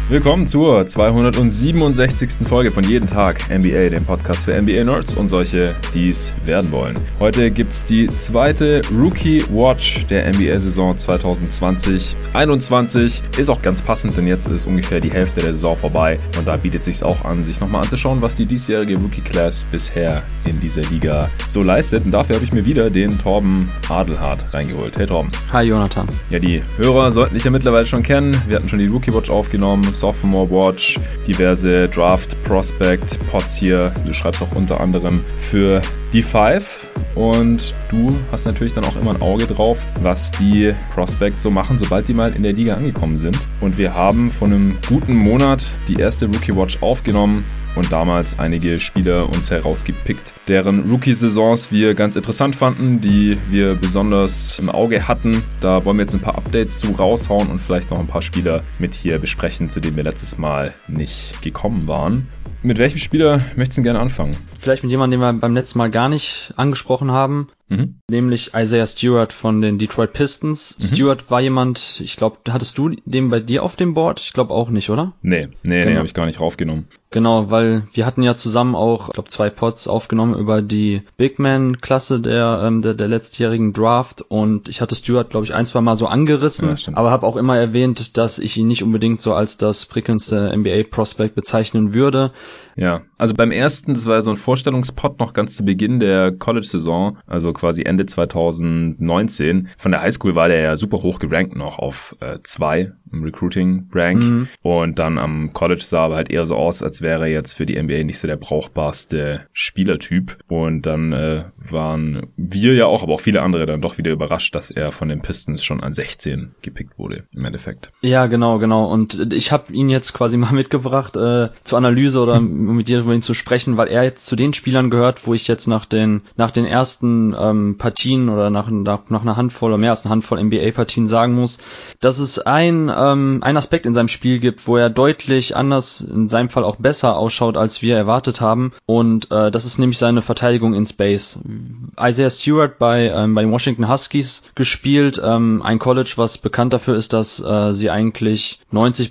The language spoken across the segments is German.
Willkommen zur 267. Folge von Jeden Tag NBA, dem Podcast für NBA-Nerds und solche, die es werden wollen. Heute gibt's die zweite Rookie Watch der NBA-Saison 2020-21. Ist auch ganz passend, denn jetzt ist ungefähr die Hälfte der Saison vorbei und da bietet es sich auch an, sich nochmal anzuschauen, was die diesjährige Rookie-Class bisher in dieser Liga so leistet. Und dafür habe ich mir wieder den Torben Adelhardt reingeholt. Hey Torben. Hi Jonathan. Ja, die Hörer sollten dich ja mittlerweile schon kennen. Wir hatten schon die Rookie Watch aufgenommen, Sophomore Watch, diverse Draft, Prospect, Pods hier. Du schreibst auch unter anderem für die Five und du hast natürlich dann auch immer ein Auge drauf, was die Prospects so machen, sobald die mal in der Liga angekommen sind. Und wir haben vor einem guten Monat die erste Rookie Watch aufgenommen und damals einige Spieler uns herausgepickt, deren Rookie-Saisons wir ganz interessant fanden, die wir besonders im Auge hatten. Da wollen wir jetzt ein paar Updates zu raushauen und vielleicht noch ein paar Spieler mit hier besprechen, zu denen wir letztes Mal nicht gekommen waren. Mit welchem Spieler möchtest du gerne anfangen? Vielleicht mit jemandem, den wir beim letzten Mal gar nicht angesprochen haben. Nämlich Isaiah Stewart von den Detroit Pistons. Stewart war jemand, ich glaube, hattest du den bei dir auf dem Board? Ich glaube auch nicht, oder? Nee, habe ich gar nicht raufgenommen. Genau, weil wir hatten ja zusammen auch, ich glaube, 2 Pods aufgenommen über die Big Man-Klasse der letztjährigen Draft und ich hatte Stewart, glaube ich, 1-2 Mal so angerissen, aber habe auch immer erwähnt, dass ich ihn nicht unbedingt so als das prickelndste NBA-Prospect bezeichnen würde. Ja, also beim ersten, das war ja so ein Vorstellungspod noch ganz zu Beginn der College-Saison, also quasi Ende 2019. Von der Highschool war der ja super hoch gerankt noch auf 2 im Recruiting-Rank und dann am College sah aber halt eher so aus, als wäre er jetzt für die NBA nicht so der brauchbarste Spielertyp und dann waren wir ja auch, aber auch viele andere dann doch wieder überrascht, dass er von den Pistons schon an 16 gepickt wurde im Endeffekt. Ja, genau und ich habe ihn jetzt quasi mal mitgebracht zur Analyse oder um mit dir über ihn zu sprechen, weil er jetzt zu den Spielern gehört, wo ich jetzt nach den ersten Partien oder nach einer Handvoll oder mehr als einer Handvoll NBA-Partien sagen muss, dass es ein Aspekt in seinem Spiel gibt, wo er deutlich anders, in seinem Fall auch besser ausschaut, als wir erwartet haben. Und das ist nämlich seine Verteidigung in Space. Isaiah Stewart bei den Washington Huskies gespielt, ein College, was bekannt dafür ist, dass sie eigentlich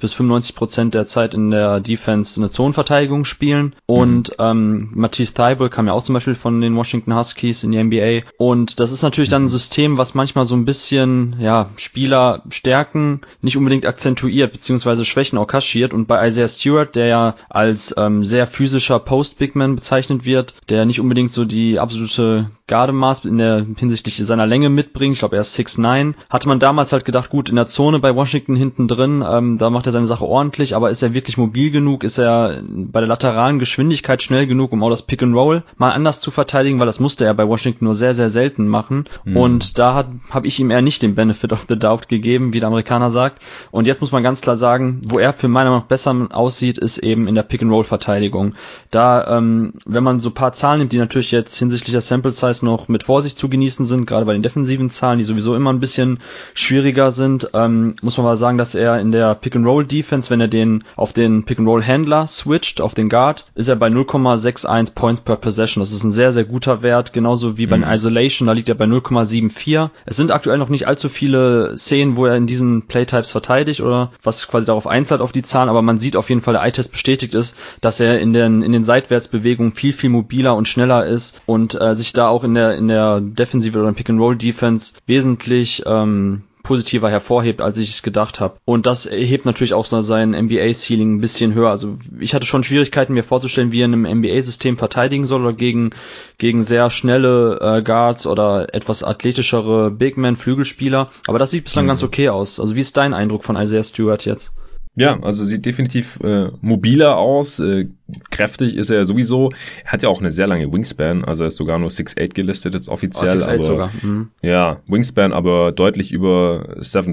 90-95% der Zeit in der Defense eine Zonenverteidigung spielen. Und Matisse Thybulle kam ja auch zum Beispiel von den Washington Huskies in die NBA. Und das ist natürlich dann ein System, was manchmal so ein bisschen Spieler Stärken nicht unbedingt akzentuiert, beziehungsweise Schwächen auch kaschiert. Und bei Isaiah Stewart, der ja als sehr physischer Post-Bigman bezeichnet wird, der nicht unbedingt so die absolute Gardemaß in der hinsichtlich seiner Länge mitbringt, ich glaube er ist 6'9", hatte man damals halt gedacht, gut, in der Zone bei Washington hinten drin, da macht er seine Sache ordentlich, aber ist er wirklich mobil genug, ist er bei der lateralen Geschwindigkeit schnell genug, um auch das Pick and Roll mal anders zu verteidigen, weil das musste er bei Washington nur sehr, sehr selten machen und da habe ich ihm eher nicht den Benefit of the Doubt gegeben, wie der Amerikaner sagt, und jetzt muss man ganz klar sagen, wo er für meiner Meinung nach besser aussieht, ist eben in der Pick and Roll Verteidigung. Da, wenn man so ein paar Zahlen nimmt, die natürlich jetzt hinsichtlich der Sample Size noch mit Vorsicht zu genießen sind, gerade bei den defensiven Zahlen, die sowieso immer ein bisschen schwieriger sind, muss man mal sagen, dass er in der Pick-and-Roll-Defense, wenn er den auf den Pick-and-Roll-Händler switcht, auf den Guard, ist er bei 0,61 Points per Possession. Das ist ein sehr, sehr guter Wert, genauso wie bei den Isolation, da liegt er bei 0,74. Es sind aktuell noch nicht allzu viele Szenen, wo er in diesen Playtypes verteidigt oder was quasi darauf einzahlt auf die Zahlen, aber man sieht auf jeden Fall, der Eye-Test bestätigt ist, dass er in den Seitwärtsbewegungen viel, viel mobiler und schneller ist und sich da auch in der Defensive oder Pick-and-Roll-Defense wesentlich positiver hervorhebt, als ich es gedacht habe. Und das hebt natürlich auch so sein NBA-Ceiling ein bisschen höher. Also ich hatte schon Schwierigkeiten, mir vorzustellen, wie er in einem NBA-System verteidigen soll oder gegen sehr schnelle Guards oder etwas athletischere Big-Man-Flügelspieler. Aber das sieht bislang ganz okay aus. Also wie ist dein Eindruck von Isaiah Stewart jetzt? Ja, also sieht definitiv mobiler aus, kräftig ist er sowieso. Er hat ja auch eine sehr lange Wingspan, also er ist sogar nur 6'8" gelistet jetzt offiziell. 6'8" aber, sogar. Ja, Wingspan aber deutlich über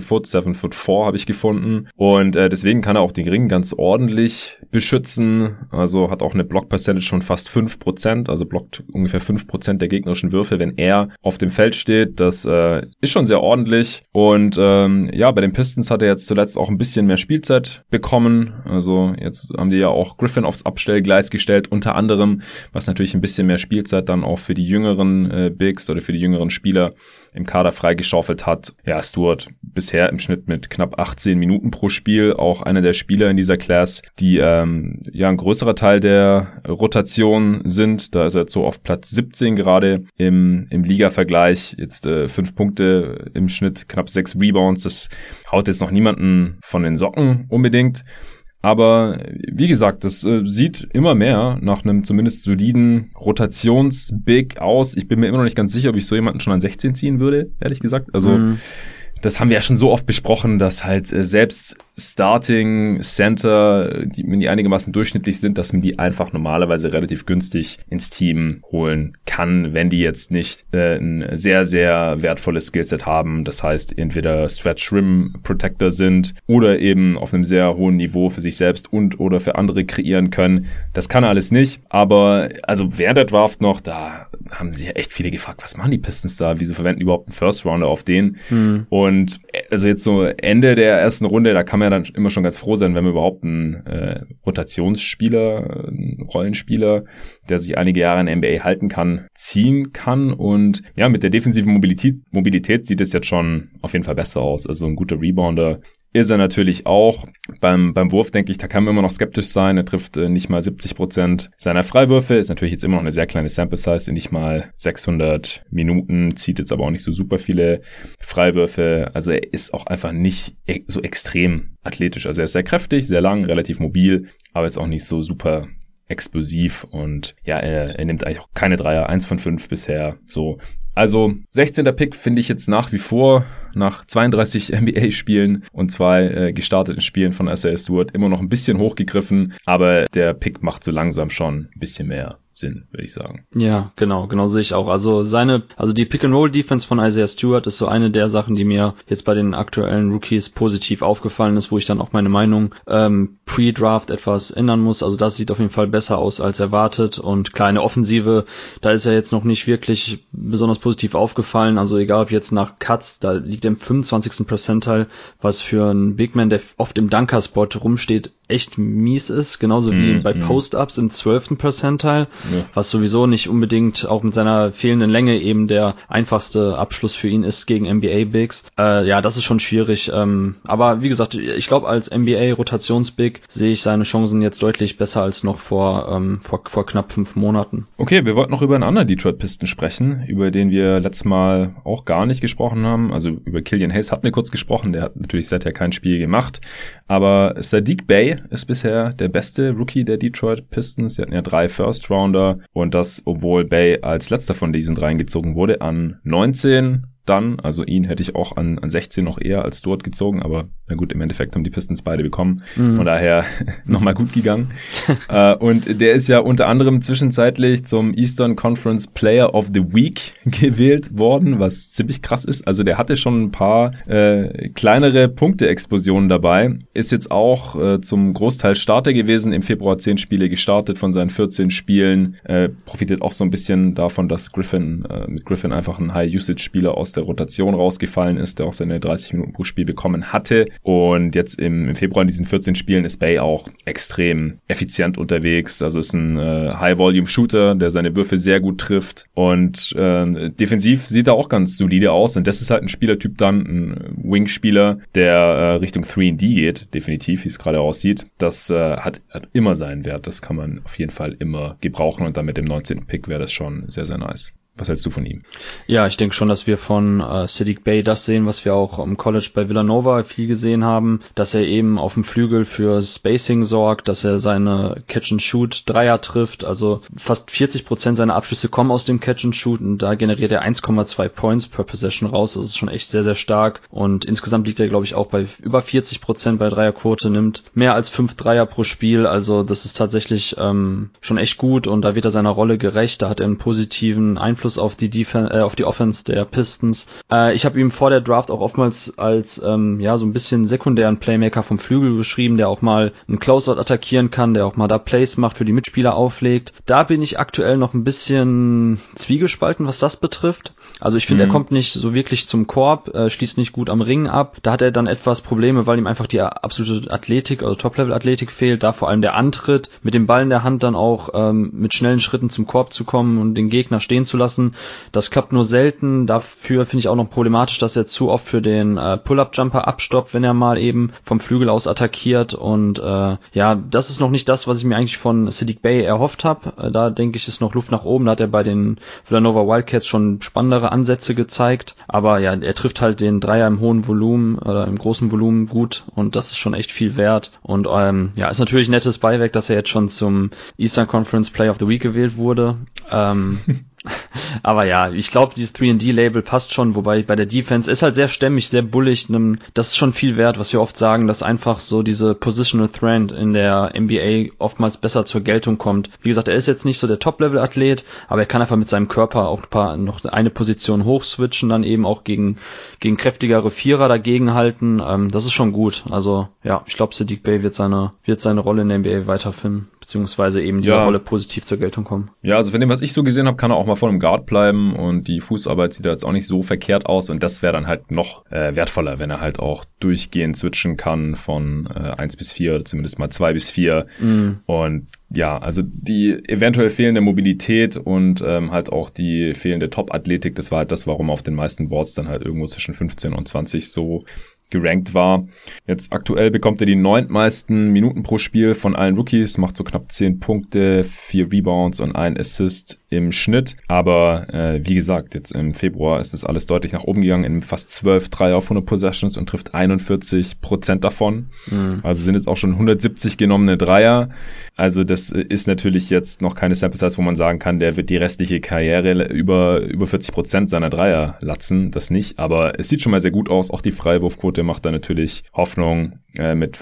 7'4" habe ich gefunden. Und deswegen kann er auch den Ring ganz ordentlich beschützen. Also hat auch eine Block-Percentage von fast 5%, also blockt ungefähr 5% der gegnerischen Würfe, wenn er auf dem Feld steht. Das ist schon sehr ordentlich. Und ja, bei den Pistons hat er jetzt zuletzt auch ein bisschen mehr Spielzeit bekommen. Also jetzt haben die ja auch Griffin aufs Abstellgleis gestellt, unter anderem, was natürlich ein bisschen mehr Spielzeit dann auch für die jüngeren Bigs oder für die jüngeren Spieler im Kader freigeschaufelt hat. Ja, Stewart bisher im Schnitt mit knapp 18 Minuten pro Spiel, auch einer der Spieler in dieser Class, die ein größerer Teil der Rotation sind. Da ist er jetzt so auf Platz 17 gerade im Liga-Vergleich. Jetzt 5 Punkte im Schnitt, knapp 6 Rebounds. Das haut jetzt noch niemanden von den Socken unbedingt. Aber wie gesagt, das sieht immer mehr nach einem zumindest soliden Rotations-Big aus. Ich bin mir immer noch nicht ganz sicher, ob ich so jemanden schon an 16 ziehen würde, ehrlich gesagt. Also das haben wir ja schon so oft besprochen, dass halt selbst Starting Center, wenn die einigermaßen durchschnittlich sind, dass man die einfach normalerweise relativ günstig ins Team holen kann, wenn die jetzt nicht ein sehr, sehr wertvolles Skillset haben. Das heißt, entweder Stretch Rim Protector sind oder eben auf einem sehr hohen Niveau für sich selbst und oder für andere kreieren können. Das kann er alles nicht. Aber also während der Draft noch, da haben sich ja echt viele gefragt, was machen die Pistons da? Wieso verwenden die überhaupt einen First Rounder auf den? Und also jetzt so Ende der ersten Runde, da kann man ja dann immer schon ganz froh sein, wenn man überhaupt einen Rotationsspieler, einen Rollenspieler, der sich einige Jahre in der NBA halten kann, ziehen kann. Und ja, mit der defensiven Mobilität sieht es jetzt schon auf jeden Fall besser aus. Also ein guter Rebounder ist er natürlich auch. Beim Wurf, denke ich, da kann man immer noch skeptisch sein. Er trifft nicht mal 70% seiner Freiwürfe. Ist natürlich jetzt immer noch eine sehr kleine Sample Size, nicht mal 600 Minuten, zieht jetzt aber auch nicht so super viele Freiwürfe. Also er ist auch einfach nicht so extrem athletisch. Also er ist sehr kräftig, sehr lang, relativ mobil, aber jetzt auch nicht so super explosiv. Und ja, er nimmt eigentlich auch keine Dreier, 1 von 5 bisher. So. Also 16. Pick finde ich jetzt nach wie vor nach 32 NBA-Spielen und 2 gestarteten Spielen von Isaiah Stewart immer noch ein bisschen hochgegriffen, aber der Pick macht so langsam schon ein bisschen mehr Sinn, würde ich sagen. Ja, genau sehe ich auch. Also die Pick-and-Roll-Defense von Isaiah Stewart ist so eine der Sachen, die mir jetzt bei den aktuellen Rookies positiv aufgefallen ist, wo ich dann auch meine Meinung pre-Draft etwas ändern muss. Also das sieht auf jeden Fall besser aus als erwartet und kleine Offensive, da ist er jetzt noch nicht wirklich besonders positiv aufgefallen. Also egal ob jetzt nach Cuts, da liegt er im 25. Percentile, was für einen Big Man, der oft im Dunker-Spot rumsteht, echt mies ist, genauso wie bei Post-Ups im 12. Percentile, was sowieso nicht unbedingt auch mit seiner fehlenden Länge eben der einfachste Abschluss für ihn ist gegen NBA-Bigs. Ja, das ist schon schwierig, aber wie gesagt, ich glaube, als NBA-Rotations-Big sehe ich seine Chancen jetzt deutlich besser als noch vor knapp 5 Monaten. Okay, wir wollten noch über einen anderen Detroit-Pisten sprechen, über den wir letztes Mal auch gar nicht gesprochen haben. Also über Killian Hayes hatten wir kurz gesprochen, der hat natürlich seither kein Spiel gemacht, aber Saddiq Bey ist bisher der beste Rookie der Detroit Pistons. Sie hatten ja 3 First-Rounder und das, obwohl Bey als letzter von diesen 3 gezogen wurde, an 19 dann, also ihn hätte ich auch an 16 noch eher als dort gezogen, aber na gut, im Endeffekt haben die Pistons beide bekommen, von daher nochmal gut gegangen. Und der ist ja unter anderem zwischenzeitlich zum Eastern Conference Player of the Week gewählt worden, was ziemlich krass ist. Also der hatte schon ein paar kleinere Punkte-Explosionen dabei, ist jetzt auch zum Großteil Starter gewesen, im Februar 10 Spiele gestartet von seinen 14 Spielen, profitiert auch so ein bisschen davon, dass mit Griffin einfach ein High-Usage-Spieler aus der Rotation rausgefallen ist, der auch seine 30 Minuten pro Spiel bekommen hatte. Und jetzt im Februar in diesen 14 Spielen ist Bey auch extrem effizient unterwegs. Also ist ein High-Volume-Shooter, der seine Würfe sehr gut trifft. Und defensiv sieht er auch ganz solide aus. Und das ist halt ein Spielertyp dann, ein Wing-Spieler, der Richtung 3&D geht, definitiv, wie es gerade aussieht. Das hat immer seinen Wert. Das kann man auf jeden Fall immer gebrauchen. Und dann mit dem 19. Pick wäre das schon sehr, sehr nice. Was hältst du von ihm? Ja, ich denke schon, dass wir von Saddiq Bey das sehen, was wir auch im College bei Villanova viel gesehen haben, dass er eben auf dem Flügel für Spacing sorgt, dass er seine Catch-and-Shoot-Dreier trifft, also fast 40% seiner Abschlüsse kommen aus dem Catch-and-Shoot und da generiert er 1,2 Points per Possession raus, das ist schon echt sehr, sehr stark und insgesamt liegt er, glaube ich, auch bei über 40% bei Dreierquote, nimmt mehr als 5 Dreier pro Spiel, also das ist tatsächlich schon echt gut und da wird er seiner Rolle gerecht, da hat er einen positiven Einfluss Einfluss auf die Offense der Pistons. Ich habe ihn vor der Draft auch oftmals als so ein bisschen sekundären Playmaker vom Flügel beschrieben, der auch mal einen Closeout attackieren kann, der auch mal da Plays macht, für die Mitspieler auflegt. Da bin ich aktuell noch ein bisschen zwiegespalten, was das betrifft. Also ich finde, er kommt nicht so wirklich zum Korb, schließt nicht gut am Ring ab. Da hat er dann etwas Probleme, weil ihm einfach die absolute Athletik, also Top-Level-Athletik fehlt. Da vor allem der Antritt, mit dem Ball in der Hand dann auch mit schnellen Schritten zum Korb zu kommen und den Gegner stehen zu lassen. Das klappt nur selten. Dafür finde ich auch noch problematisch, dass er zu oft für den Pull-Up-Jumper abstoppt, wenn er mal eben vom Flügel aus attackiert. Und das ist noch nicht das, was ich mir eigentlich von Saddiq Bey erhofft habe. Da denke ich, ist noch Luft nach oben. Da hat er bei den Villanova Wildcats schon spannendere Ansätze gezeigt. Aber ja, er trifft halt den Dreier im hohen Volumen oder im großen Volumen gut und das ist schon echt viel wert. Und ist natürlich ein nettes Beiwerk, dass er jetzt schon zum Eastern Conference Player of the Week gewählt wurde. Aber ja, ich glaube, dieses 3&D-Label passt schon, wobei bei der Defense ist halt sehr stämmig, sehr bullig. Das ist schon viel wert, was wir oft sagen, dass einfach so diese Positional Threat in der NBA oftmals besser zur Geltung kommt. Wie gesagt, er ist jetzt nicht so der Top-Level-Athlet, aber er kann einfach mit seinem Körper auch noch eine Position hochswitchen, dann eben auch gegen kräftigere Vierer dagegen halten. Das ist schon gut. Also ja, ich glaube, Saddiq Bey wird seine Rolle in der NBA weiterfinden, beziehungsweise eben dieser Rolle positiv zur Geltung kommen. Ja, also von dem, was ich so gesehen habe, kann er auch mal vor einem Guard bleiben und die Fußarbeit sieht da jetzt auch nicht so verkehrt aus und das wäre dann halt noch wertvoller, wenn er halt auch durchgehend switchen kann von 1 bis 4 oder zumindest mal 2 bis 4 und ja, also die eventuell fehlende Mobilität und halt auch die fehlende Top-Athletik, das war halt das, warum auf den meisten Boards dann halt irgendwo zwischen 15 und 20 so gerankt war. Jetzt aktuell bekommt er die 9. meisten Minuten pro Spiel von allen Rookies, macht so knapp 10 Punkte, 4 Rebounds und 1 Assist im Schnitt. Aber wie gesagt, jetzt im Februar ist das alles deutlich nach oben gegangen, in fast 12 Dreier auf 100 Possessions und trifft 41% davon. Also sind jetzt auch schon 170 genommene Dreier. Also das ist natürlich jetzt noch keine Sample Size, wo man sagen kann, der wird die restliche Karriere über 40% seiner Dreier latzen. Das nicht, aber es sieht schon mal sehr gut aus. Auch die Freiwurfquote macht da natürlich Hoffnung mit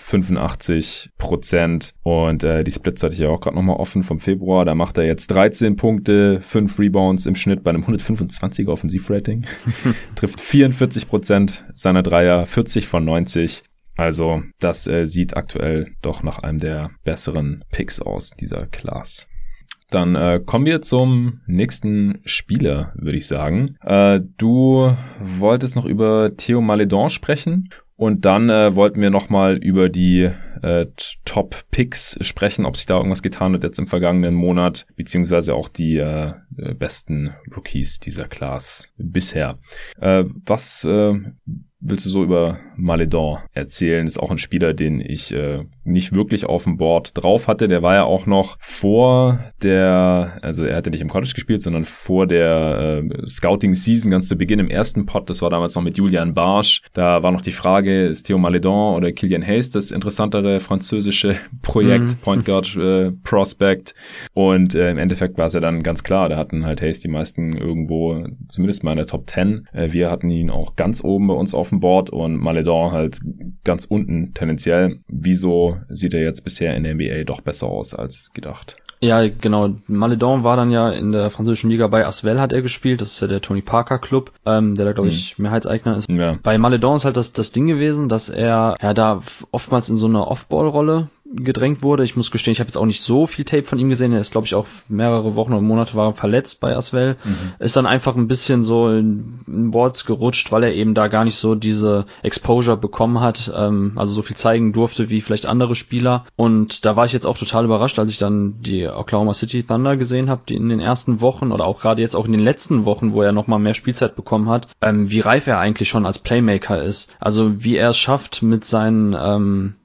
85%. Und die Splits hatte ich ja auch gerade nochmal offen vom Februar. Da macht er jetzt 13 Punkte, 5 Rebounds im Schnitt bei einem 125er Offensivrating. Trifft 44% seiner Dreier, 40 von 90. Also das sieht aktuell doch nach einem der besseren Picks aus, dieser Class. Dann kommen wir zum nächsten Spieler, würde ich sagen. Du wolltest noch über Theo Maledon sprechen und dann wollten wir nochmal über die Top-Picks sprechen, ob sich da irgendwas getan hat jetzt im vergangenen Monat, beziehungsweise auch die besten Rookies dieser Class bisher. Was willst du so über Maledon erzählen? Ist auch ein Spieler, den ich nicht wirklich auf dem Board drauf hatte. Der war ja auch noch also er hatte nicht im College gespielt, sondern vor der Scouting-Season ganz zu Beginn im ersten Pod. Das war damals noch mit Julian Barsch. Da war noch die Frage, ist Theo Maledon oder Killian Hayes das interessantere französische Projekt, Point Guard Prospect? Und im Endeffekt war es ja dann ganz klar, da hatten halt Hayes die meisten irgendwo, zumindest mal in der Top 10. Wir hatten ihn auch ganz oben bei uns auf dem Board und Maledon halt ganz unten tendenziell. Wieso sieht er jetzt bisher in der NBA doch besser aus als gedacht? Ja, genau. Maledon war dann ja in der französischen Liga bei Asvel, hat er gespielt. Das ist ja der Tony Parker Club, der da, glaube ich, Mehrheitseigner ist. Ja. Bei Maledon ist halt das Ding gewesen, dass er da oftmals in so eine Off-Ball-Rolle gedrängt wurde. Ich muss gestehen, ich habe jetzt auch nicht so viel Tape von ihm gesehen. Er ist, glaube ich, auch mehrere Wochen oder Monate war verletzt bei Asvel. Ist dann einfach ein bisschen so in Boards gerutscht, weil er eben da gar nicht so diese Exposure bekommen hat, also so viel zeigen durfte wie vielleicht andere Spieler. Und da war ich jetzt auch total überrascht, als ich dann die Oklahoma City Thunder gesehen habe, die in den ersten Wochen oder auch gerade jetzt auch in den letzten Wochen, wo er nochmal mehr Spielzeit bekommen hat, wie reif er eigentlich schon als Playmaker ist. Also wie er es schafft, mit seinem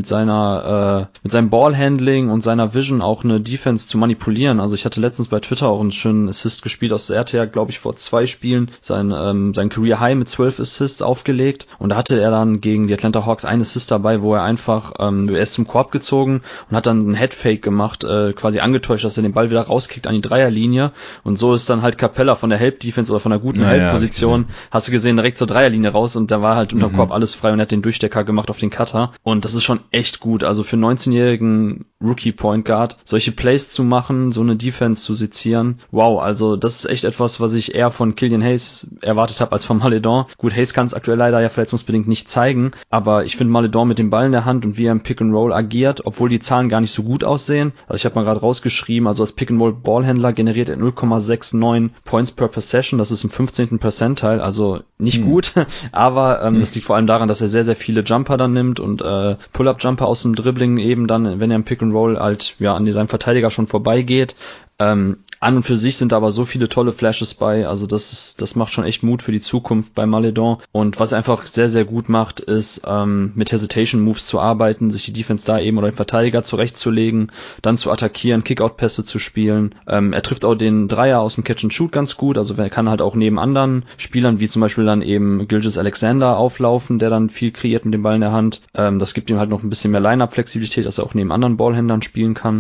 Ballhandling und seiner Vision auch eine Defense zu manipulieren. Also ich hatte letztens bei Twitter auch einen schönen Assist gespielt. Er hatte ja, glaube ich, vor 2 Spielen sein Career High mit 12 Assists aufgelegt. Und da hatte er dann gegen die Atlanta Hawks einen Assist dabei, wo er einfach, er ist zum Korb gezogen und hat dann einen Headfake gemacht, quasi angetäuscht, dass er den Ball wieder rauskickt an die Dreierlinie. Und so ist dann halt Capella von der Help-Defense oder von der guten Help-Position, hast du gesehen, direkt zur Dreierlinie raus und da war halt unterm Korb alles frei und er hat den Durchstecker gemacht auf den Cutter. Und das ist schon echt gut. Also für einen 19-jährigen Rookie Point Guard, solche Plays zu machen, so eine Defense zu sezieren. Wow, also das ist echt etwas, was ich eher von Killian Hayes erwartet habe als von Maledon. Gut, Hayes kann es aktuell leider ja verletzungsbedingt nicht zeigen, aber ich finde Maledon mit dem Ball in der Hand und wie er im Pick and Roll agiert, obwohl die Zahlen gar nicht so gut aussehen. Also ich habe mal gerade rausgeschrieben, also als Pick and Roll Ballhändler generiert er 0,69 Points per Possession, das ist im 15. Percentile, also nicht gut, aber das liegt vor allem daran, dass er sehr, sehr viele Jumper dann nimmt und Pull-Up-Jumper aus dem Dribbling eben dann, wenn er im Pick and Roll halt ja an seinem Verteidiger schon vorbeigeht. An und für sich sind aber so viele tolle Flashes bei, also das macht schon echt Mut für die Zukunft bei Maledon. Und was er einfach sehr, sehr gut macht, ist mit Hesitation Moves zu arbeiten, sich die Defense da eben oder den Verteidiger zurechtzulegen, dann zu attackieren, Kickout-Pässe zu spielen. Er trifft auch den Dreier aus dem Catch and Shoot ganz gut, also er kann halt auch neben anderen Spielern, wie zum Beispiel dann eben Gilgeous-Alexander auflaufen, der dann viel kreiert mit dem Ball in der Hand. Das gibt ihm halt noch ein bisschen mehr Line-Up-Flexibilität, dass er auch neben anderen Ballhändlern spielen kann.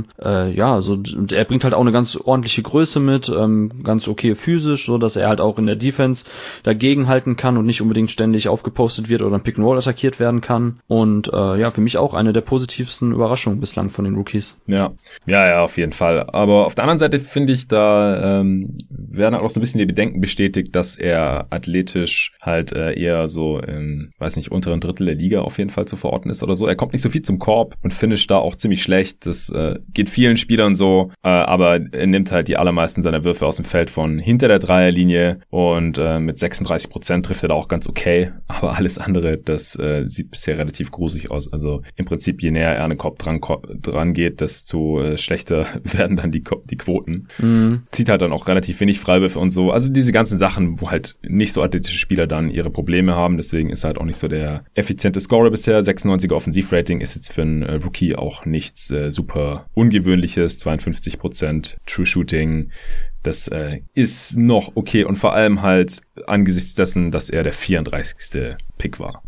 Und er bringt halt auch eine ganz ordentliche Größe mit, ganz okay physisch, so dass er halt auch in der Defense dagegen halten kann und nicht unbedingt ständig aufgepostet wird oder ein Pick and Roll attackiert werden kann. Und für mich auch eine der positivsten Überraschungen bislang von den Rookies. Ja, auf jeden Fall. Aber auf der anderen Seite finde ich, da werden halt auch so ein bisschen die Bedenken bestätigt, dass er athletisch halt eher so im, unteren Drittel der Liga auf jeden Fall zu verorten ist oder so. Er kommt nicht so viel zum Korb und finisht da auch ziemlich schlecht. Das geht vielen Spielern so, aber er nimmt halt die allermeisten seiner Würfe aus dem Feld von hinter der Dreierlinie und mit 36% trifft er da auch ganz okay, aber alles andere, das sieht bisher relativ gruselig aus. Also im Prinzip, je näher er an den Korb dran geht, desto schlechter werden dann die Quoten. Zieht halt dann auch relativ wenig Freiwürfe und so. Also diese ganzen Sachen, wo halt nicht so athletische Spieler dann ihre Probleme haben, deswegen ist er halt auch nicht so der effiziente Scorer bisher. 96er Offensivrating ist jetzt für einen Rookie auch nichts super Ungewöhnliches, 52% True Shooting. Das ist noch okay und vor allem halt angesichts dessen, dass er der 34. Pick war.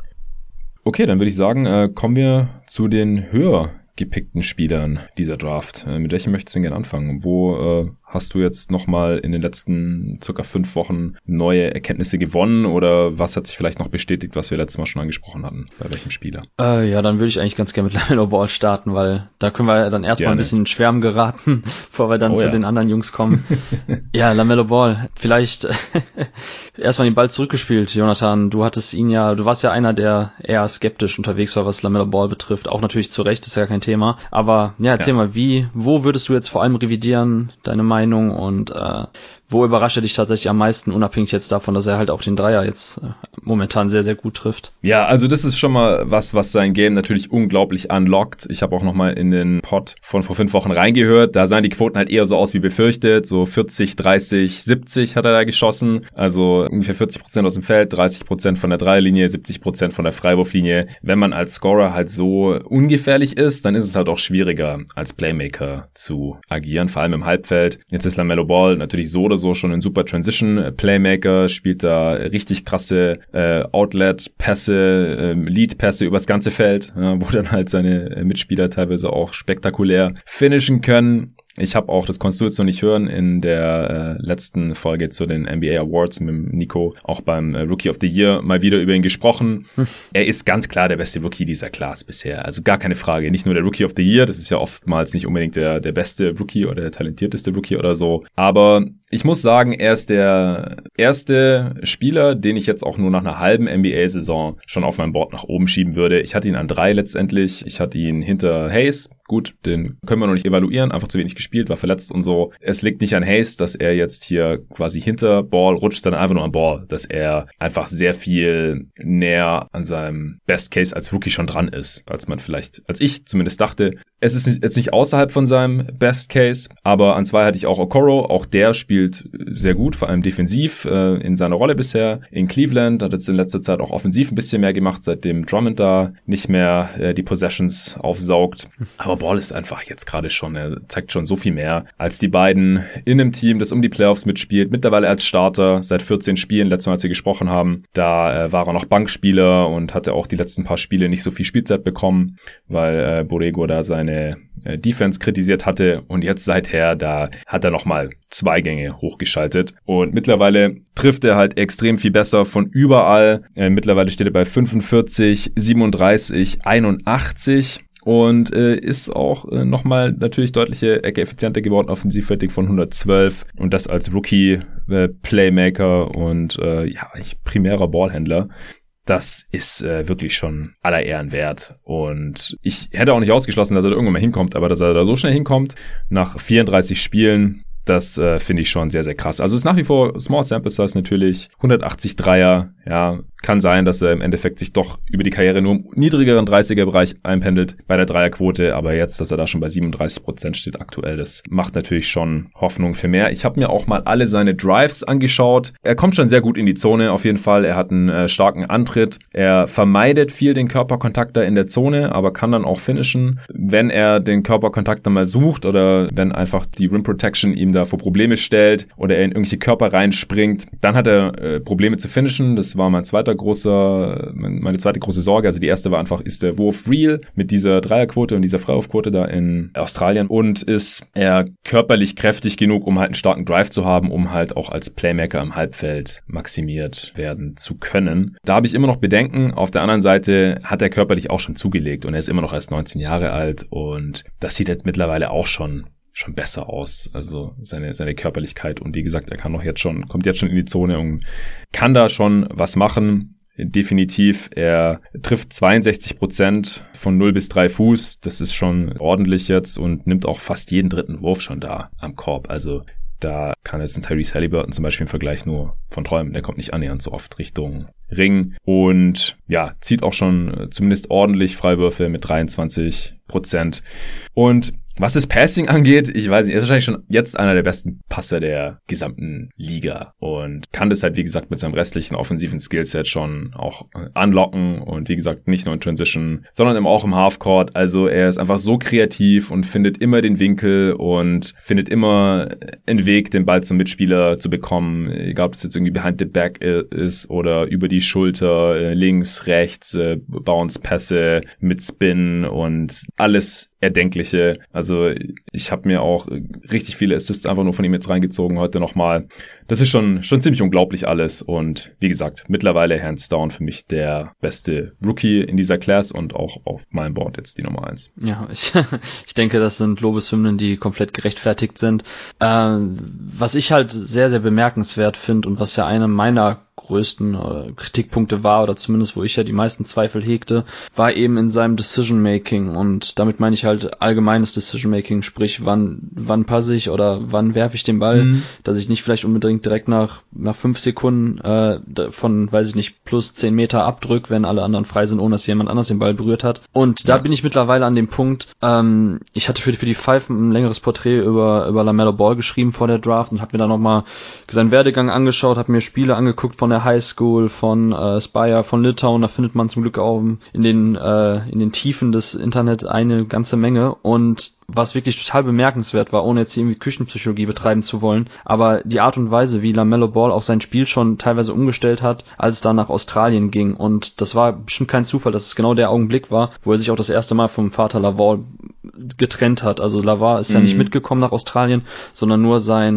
Okay, dann würde ich sagen, kommen wir zu den höher gepickten Spielern dieser Draft. Mit welchem möchtest du denn gerne anfangen? Wo hast du jetzt nochmal in den letzten circa 5 Wochen neue Erkenntnisse gewonnen oder was hat sich vielleicht noch bestätigt, was wir letztes Mal schon angesprochen hatten? Bei welchem Spieler? Dann würde ich eigentlich ganz gerne mit LaMelo Ball starten, weil da können wir dann erstmal ein bisschen in Schwärmen geraten, bevor wir dann zu den anderen Jungs kommen. Ja, LaMelo Ball, vielleicht erstmal den Ball zurückgespielt, Jonathan. Du warst ja einer, der eher skeptisch unterwegs war, was LaMelo Ball betrifft. Auch natürlich zu Recht, ist ja kein Thema. Aber ja, erzähl mal, wo würdest du jetzt vor allem revidieren, deine Meinung und wo überrascht er dich tatsächlich am meisten, unabhängig jetzt davon, dass er halt auch den Dreier jetzt momentan sehr, sehr gut trifft? Ja, also das ist schon mal was sein Game natürlich unglaublich unlockt. Ich habe auch nochmal in den Pod von vor 5 Wochen reingehört. Da sahen die Quoten halt eher so aus wie befürchtet. So 40, 30, 70 hat er da geschossen. Also ungefähr 40% aus dem Feld, 30% von der Dreierlinie, 70% von der Freiwurflinie. Wenn man als Scorer halt so ungefährlich ist, dann ist es halt auch schwieriger, als Playmaker zu agieren, vor allem im Halbfeld. Jetzt ist LaMelo Ball natürlich so oder so schon ein super Transition-Playmaker, spielt da richtig krasse Outlet-Pässe, Lead-Pässe übers ganze Feld, wo dann halt seine Mitspieler teilweise auch spektakulär finishen können. Ich habe auch, das konntest du jetzt noch nicht hören, in der letzten Folge zu den NBA Awards mit Nico, auch beim Rookie of the Year mal wieder über ihn gesprochen. Er ist ganz klar der beste Rookie dieser Class bisher, also gar keine Frage. Nicht nur der Rookie of the Year, das ist ja oftmals nicht unbedingt der beste Rookie oder der talentierteste Rookie oder so, aber ich muss sagen, er ist der erste Spieler, den ich jetzt auch nur nach einer halben NBA-Saison schon auf meinem Board nach oben schieben würde. Ich hatte ihn an 3 letztendlich, ich hatte ihn hinter Hayes. Gut, den können wir noch nicht evaluieren, einfach zu wenig gespielt, war verletzt und so. Es liegt nicht an Hayes, dass er jetzt hier quasi hinter Ball rutscht, sondern einfach nur an Ball, dass er einfach sehr viel näher an seinem Best Case als Rookie schon dran ist, als ich zumindest dachte. Es ist jetzt nicht außerhalb von seinem Best Case, aber an 2 hatte ich auch Okoro, auch der spielt sehr gut, vor allem defensiv in seiner Rolle bisher. In Cleveland hat jetzt in letzter Zeit auch offensiv ein bisschen mehr gemacht, seitdem Drummond da nicht mehr die Possessions aufsaugt. Aber Ball ist einfach jetzt gerade schon, er zeigt schon so viel mehr als die beiden in einem Team, das um die Playoffs mitspielt, mittlerweile als Starter seit 14 Spielen, letztes Mal, als wir gesprochen haben, da war er noch Bankspieler und hatte auch die letzten paar Spiele nicht so viel Spielzeit bekommen, weil Borrego da seine Defense kritisiert hatte und jetzt seither, da hat er nochmal 2 Gänge hochgeschaltet und mittlerweile trifft er halt extrem viel besser von überall. Mittlerweile steht er bei 45, 37, 81 und ist auch nochmal natürlich deutliche Ecke effizienter geworden, Offensivrating von 112 und das als Rookie Playmaker und primärer Ballhändler. Das ist wirklich schon aller Ehren wert und ich hätte auch nicht ausgeschlossen, dass er da irgendwann mal hinkommt, aber dass er da so schnell hinkommt, nach 34 Spielen, das finde ich schon sehr, sehr krass. Also es ist nach wie vor Small Sample Size natürlich, 180 Dreier, ja, kann sein, dass er im Endeffekt sich doch über die Karriere nur im niedrigeren 30er-Bereich einpendelt bei der Dreierquote, aber jetzt, dass er da schon bei 37% steht aktuell, das macht natürlich schon Hoffnung für mehr. Ich habe mir auch mal alle seine Drives angeschaut. Er kommt schon sehr gut in die Zone, auf jeden Fall. Er hat einen starken Antritt. Er vermeidet viel den Körperkontakt da in der Zone, aber kann dann auch finishen. Wenn er den Körperkontakt dann mal sucht oder wenn einfach die Rim Protection ihm da vor Probleme stellt oder er in irgendwelche Körper reinspringt, dann hat er Probleme zu finishen. Das war meine zweite große Sorge. Also die erste war einfach, ist der Wurf real mit dieser Dreierquote und dieser Freiwurfquote da in Australien und ist er körperlich kräftig genug, um halt einen starken Drive zu haben, um halt auch als Playmaker im Halbfeld maximiert werden zu können. Da habe ich immer noch Bedenken. Auf der anderen Seite hat er körperlich auch schon zugelegt und er ist immer noch erst 19 Jahre alt und das sieht jetzt mittlerweile auch schon besser aus, also seine Körperlichkeit und wie gesagt, er kommt jetzt schon in die Zone und kann da schon was machen. Definitiv, er trifft 62% von 0 bis 3 Fuß, das ist schon ordentlich jetzt und nimmt auch fast jeden dritten Wurf schon da am Korb, also da kann jetzt ein Tyrese Haliburton zum Beispiel im Vergleich nur von träumen, der kommt nicht annähernd so oft Richtung Ring und ja, zieht auch schon zumindest ordentlich Freiwürfe mit 23% und was das Passing angeht, ich weiß nicht, er ist wahrscheinlich schon jetzt einer der besten Passer der gesamten Liga und kann das halt, wie gesagt, mit seinem restlichen offensiven Skillset schon auch unlocken und wie gesagt, nicht nur in Transition, sondern auch im Halfcourt. Also er ist einfach so kreativ und findet immer den Winkel und findet immer einen Weg, den Ball zum Mitspieler zu bekommen, egal ob das jetzt irgendwie behind the back ist oder über die Schulter, links, rechts, Bounce-Pässe mit Spin und alles Erdenkliche. Also ich habe mir auch richtig viele Assists einfach nur von ihm jetzt reingezogen heute nochmal. Das ist schon ziemlich unglaublich alles und wie gesagt, mittlerweile hands down für mich der beste Rookie in dieser Class und auch auf meinem Board jetzt die Nummer 1. Ja, ich denke, das sind Lobeshymnen, die komplett gerechtfertigt sind. Was ich halt sehr, sehr bemerkenswert finde und was ja einer meiner größten Kritikpunkte war, oder zumindest wo ich ja die meisten Zweifel hegte, war eben in seinem Decision-Making und damit meine ich halt allgemeines Decision-Making, sprich wann passe ich oder wann werfe ich den Ball, dass ich nicht vielleicht unbedingt direkt nach 5 Sekunden von, weiß ich nicht, plus 10 Meter abdrück, wenn alle anderen frei sind, ohne dass jemand anders den Ball berührt hat. Und da bin ich mittlerweile an dem Punkt, ich hatte für die Five ein längeres Porträt über LaMelo Ball geschrieben vor der Draft und habe mir da nochmal seinen Werdegang angeschaut, habe mir Spiele angeguckt von der High School, von Speyer, von Litauen, da findet man zum Glück auch in den Tiefen des Internets eine ganze Menge und was wirklich total bemerkenswert war, ohne jetzt irgendwie Küchenpsychologie betreiben zu wollen, aber die Art und Weise, wie LaMelo Ball auch sein Spiel schon teilweise umgestellt hat, als es dann nach Australien ging und das war bestimmt kein Zufall, dass es genau der Augenblick war, wo er sich auch das erste Mal vom Vater Lavar getrennt hat. Also Lavar ist ja nicht mitgekommen nach Australien, sondern nur sein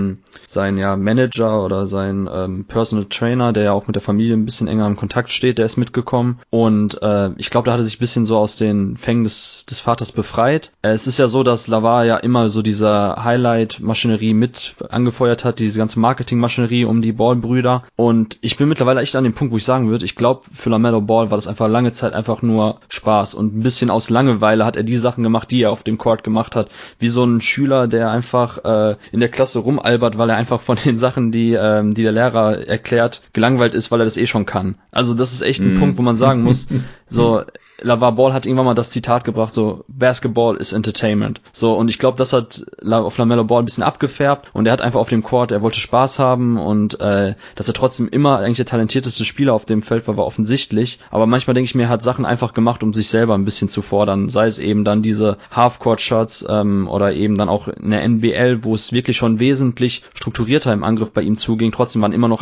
Manager oder sein Personal Trainer, der ja auch mit der Familie ein bisschen enger in Kontakt steht, der ist mitgekommen und ich glaube, da hat er sich ein bisschen so aus den Fängen des Vaters befreit. Es ist ja so, dass Lavar ja immer so diese Highlight-Maschinerie mit angefeuert hat, diese ganze Marketing-Maschinerie um die Ball-Brüder und ich bin mittlerweile echt an dem Punkt, wo ich sagen würde, ich glaube, für LaMelo Ball war das einfach lange Zeit einfach nur Spaß und ein bisschen aus Langeweile hat er die Sachen gemacht, die er auf dem Court gemacht hat, wie so ein Schüler, der einfach in der Klasse rumalbert, weil er einfach von den Sachen, die der Lehrer erklärt, gelangweilt ist, weil er das eh schon kann. Also das ist echt ein Punkt, wo man sagen muss, so LaVar Ball hat irgendwann mal das Zitat gebracht, so Basketball is Entertainment. So, und ich glaube, das hat auf LaMelo Ball ein bisschen abgefärbt und er hat einfach auf dem Court, er wollte Spaß haben und dass er trotzdem immer eigentlich der talentierteste Spieler auf dem Feld war offensichtlich. Aber manchmal denke ich mir, er hat Sachen einfach gemacht, um sich selber ein bisschen zu fordern. Sei es eben dann diese Half-Court-Shots oder eben dann auch in der NBL, wo es wirklich schon wesentlich strukturierter im Angriff bei ihm zuging. Trotzdem waren immer noch ab und zu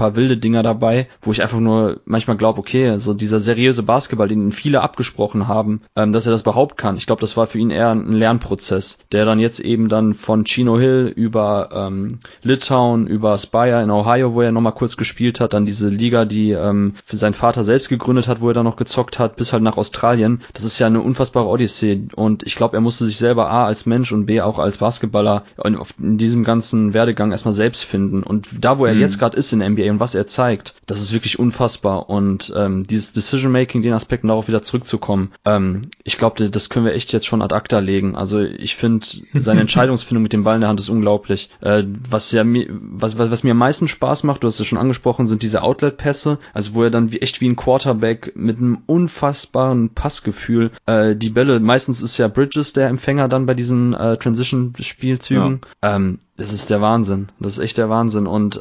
paar wilde Dinger dabei, wo ich einfach nur manchmal glaube, okay, so dieser seriöse Basketball, den viele abgesprochen haben, dass er das überhaupt kann. Ich glaube, das war für ihn eher ein Lernprozess, der dann jetzt eben dann von Chino Hill über Litauen, über Spire in Ohio, wo er nochmal kurz gespielt hat, dann diese Liga, die für seinen Vater selbst gegründet hat, wo er dann noch gezockt hat, bis halt nach Australien. Das ist ja eine unfassbare Odyssee und ich glaube, er musste sich selber A als Mensch und B auch als Basketballer in diesem ganzen Werdegang erstmal selbst finden. Und da, wo er jetzt gerade ist in der NBA und was er zeigt, das ist wirklich unfassbar. Und dieses Decision-Making, den Aspekt, um darauf wieder zurückzukommen, ich glaube, das können wir echt jetzt schon ad acta legen. Also ich finde, seine Entscheidungsfindung mit dem Ball in der Hand ist unglaublich. Was mir am meisten Spaß macht, du hast es schon angesprochen, sind diese Outlet-Pässe, also wo er dann echt wie ein Quarterback mit einem unfassbaren Passgefühl die Bälle, meistens ist ja Bridges der Empfänger dann bei diesen Transition-Spielzügen. Ja. Das ist der Wahnsinn. Das ist echt der Wahnsinn. Und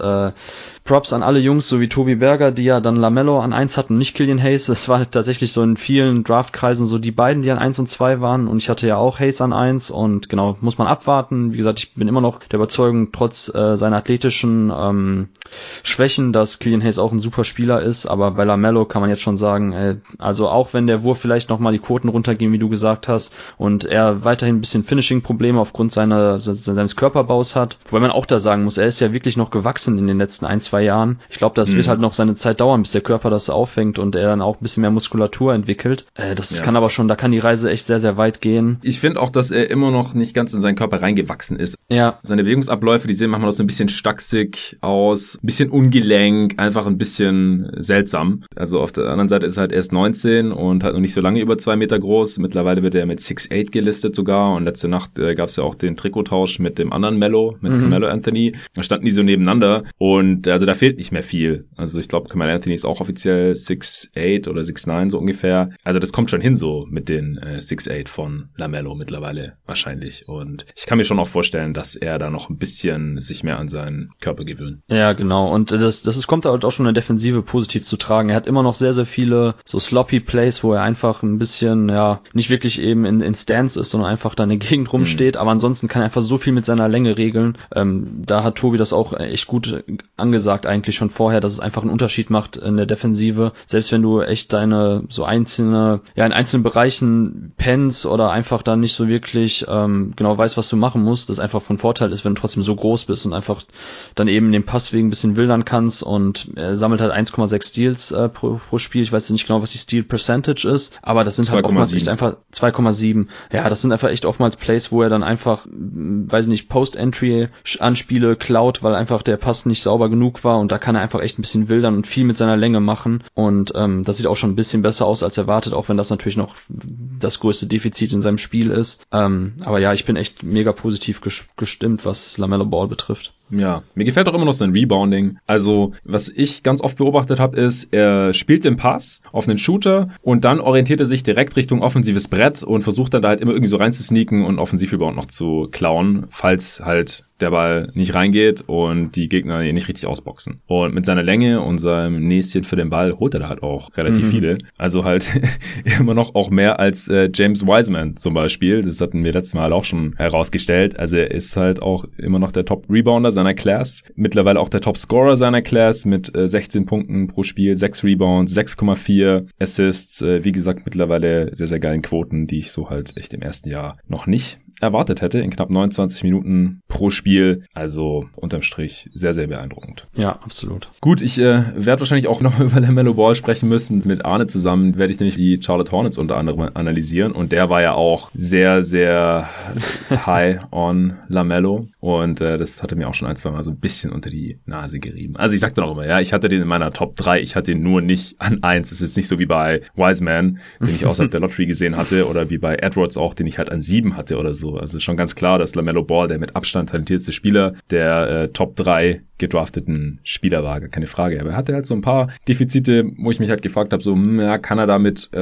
Props an alle Jungs, so wie Tobi Berger, die ja dann LaMelo an 1 hatten und nicht Killian Hayes. Das war tatsächlich so in vielen Draftkreisen so die beiden, die an 1 und 2 waren. Und ich hatte ja auch Hayes an 1 und genau, muss man abwarten. Wie gesagt, ich bin immer noch der Überzeugung, trotz seiner athletischen Schwächen, dass Killian Hayes auch ein super Spieler ist. Aber bei LaMelo kann man jetzt schon sagen, also auch wenn der Wurf vielleicht nochmal die Quoten runtergehen, wie du gesagt hast, und er weiterhin ein bisschen Finishing-Probleme aufgrund seines Körperbaus hat. Wobei man auch da sagen muss, er ist ja wirklich noch gewachsen in den letzten 1-2 Jahren. Ich glaube, das wird halt noch seine Zeit dauern, bis der Körper das auffängt und er dann auch ein bisschen mehr Muskulatur entwickelt. Kann aber schon, da kann die Reise echt sehr, sehr weit gehen. Ich finde auch, dass er immer noch nicht ganz in seinen Körper reingewachsen ist. Ja. Seine Bewegungsabläufe, die sehen manchmal noch so ein bisschen stachsig aus, ein bisschen ungelenk, einfach ein bisschen seltsam. Also auf der anderen Seite ist er halt erst 19 und halt noch nicht so lange über 2 Meter groß. Mittlerweile wird er mit 6'8 gelistet sogar und letzte Nacht gab es ja auch den Trikottausch mit dem anderen Mello, mit Carmelo Anthony. Da standen die so nebeneinander und also da fehlt nicht mehr viel. Also ich glaube, Carmelo Anthony ist auch offiziell 6'8 oder 6'9 so ungefähr. Also das kommt schon hin so mit den 6'8 von LaMelo mittlerweile wahrscheinlich. Und ich kann mir schon auch vorstellen, dass er da noch ein bisschen sich mehr an seinen Körper gewöhnt. Ja, genau. Und das kommt halt auch schon in der Defensive positiv zu tragen. Er hat immer noch sehr, sehr viele so sloppy Plays, wo er einfach ein bisschen, ja, nicht wirklich eben in Stance ist, sondern einfach da in der Gegend rumsteht. Aber ansonsten kann er einfach so viel mit seiner Länge regeln. Da hat Tobi das auch echt gut angesagt eigentlich schon vorher, dass es einfach einen Unterschied macht in der Defensive. Selbst wenn du echt deine so in einzelnen Bereichen pennst oder einfach dann nicht so wirklich genau weißt, was du machen musst, das einfach von Vorteil ist, wenn du trotzdem so groß bist und einfach dann eben den Pass wegen ein bisschen wildern kannst und er sammelt halt 1,6 Steals pro Spiel. Ich weiß nicht genau, was die Steal Percentage ist, aber das sind halt oftmals echt einfach 2,7. Ja, das sind einfach echt oftmals Plays, wo er dann einfach, weiß nicht, Post-Entry-Anspiele klaut, weil einfach der Pass nicht sauber genug war und da kann er einfach echt ein bisschen wildern und viel mit seiner Länge machen und das sieht auch schon ein bisschen besser aus als erwartet, auch wenn das natürlich noch das größte Defizit in seinem Spiel ist. Aber ja, ich bin echt mega positiv gestimmt, was LaMelo Ball betrifft. Ja, mir gefällt auch immer noch sein Rebounding. Also, was ich ganz oft beobachtet habe, ist, er spielt den Pass auf einen Shooter und dann orientiert er sich direkt Richtung offensives Brett und versucht dann da halt immer irgendwie so reinzusneaken und Offensivrebound noch zu klauen, falls halt der Ball nicht reingeht und die Gegner ihn nicht richtig ausboxen. Und mit seiner Länge und seinem Näschen für den Ball holt er da halt auch relativ viele. Also halt immer noch auch mehr als James Wiseman zum Beispiel. Das hatten wir letztes Mal auch schon herausgestellt. Also er ist halt auch immer noch der Top-Rebounder seiner Class. Mittlerweile auch der Top-Scorer seiner Class mit 16 Punkten pro Spiel, 6 Rebounds, 6,4 Assists. Wie gesagt, mittlerweile sehr, sehr geilen Quoten, die ich so halt echt im ersten Jahr noch nicht erwartet hätte, in knapp 29 Minuten pro Spiel. Also unterm Strich sehr, sehr beeindruckend. Ja, absolut. Gut, ich werde wahrscheinlich auch noch über LaMelo Ball sprechen müssen. Mit Arne zusammen werde ich nämlich die Charlotte Hornets unter anderem analysieren. Und der war ja auch sehr, sehr high on LaMelo. Und das hatte mir auch schon ein, zwei Mal so ein bisschen unter die Nase gerieben. Also ich sagte noch immer, ja, ich hatte den in meiner Top 3. Ich hatte ihn nur nicht an 1. Es ist nicht so wie bei Wiseman, den ich außerhalb der Lottery gesehen hatte. Oder wie bei Edwards auch, den ich halt an 7 hatte oder so. Also ist schon ganz klar, dass LaMelo Ball der mit Abstand talentierteste Spieler der Top 3 gedrafteten Spieler war, keine Frage. Aber er hatte halt so ein paar Defizite, wo ich mich halt gefragt habe, so, ja, kann er damit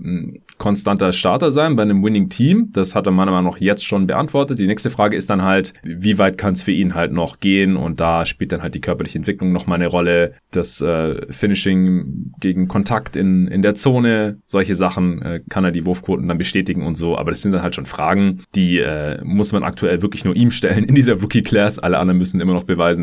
konstanter Starter sein bei einem Winning-Team? Das hat er meiner Meinung nach jetzt schon beantwortet. Die nächste Frage ist dann halt, wie weit kann es für ihn halt noch gehen? Und da spielt dann halt die körperliche Entwicklung nochmal eine Rolle. Das Finishing gegen Kontakt in der Zone, solche Sachen kann er die Wurfquoten dann bestätigen und so. Aber das sind dann halt schon Fragen, die muss man aktuell wirklich nur ihm stellen in dieser Rookie-Class. Alle anderen müssen immer noch beweisen, so,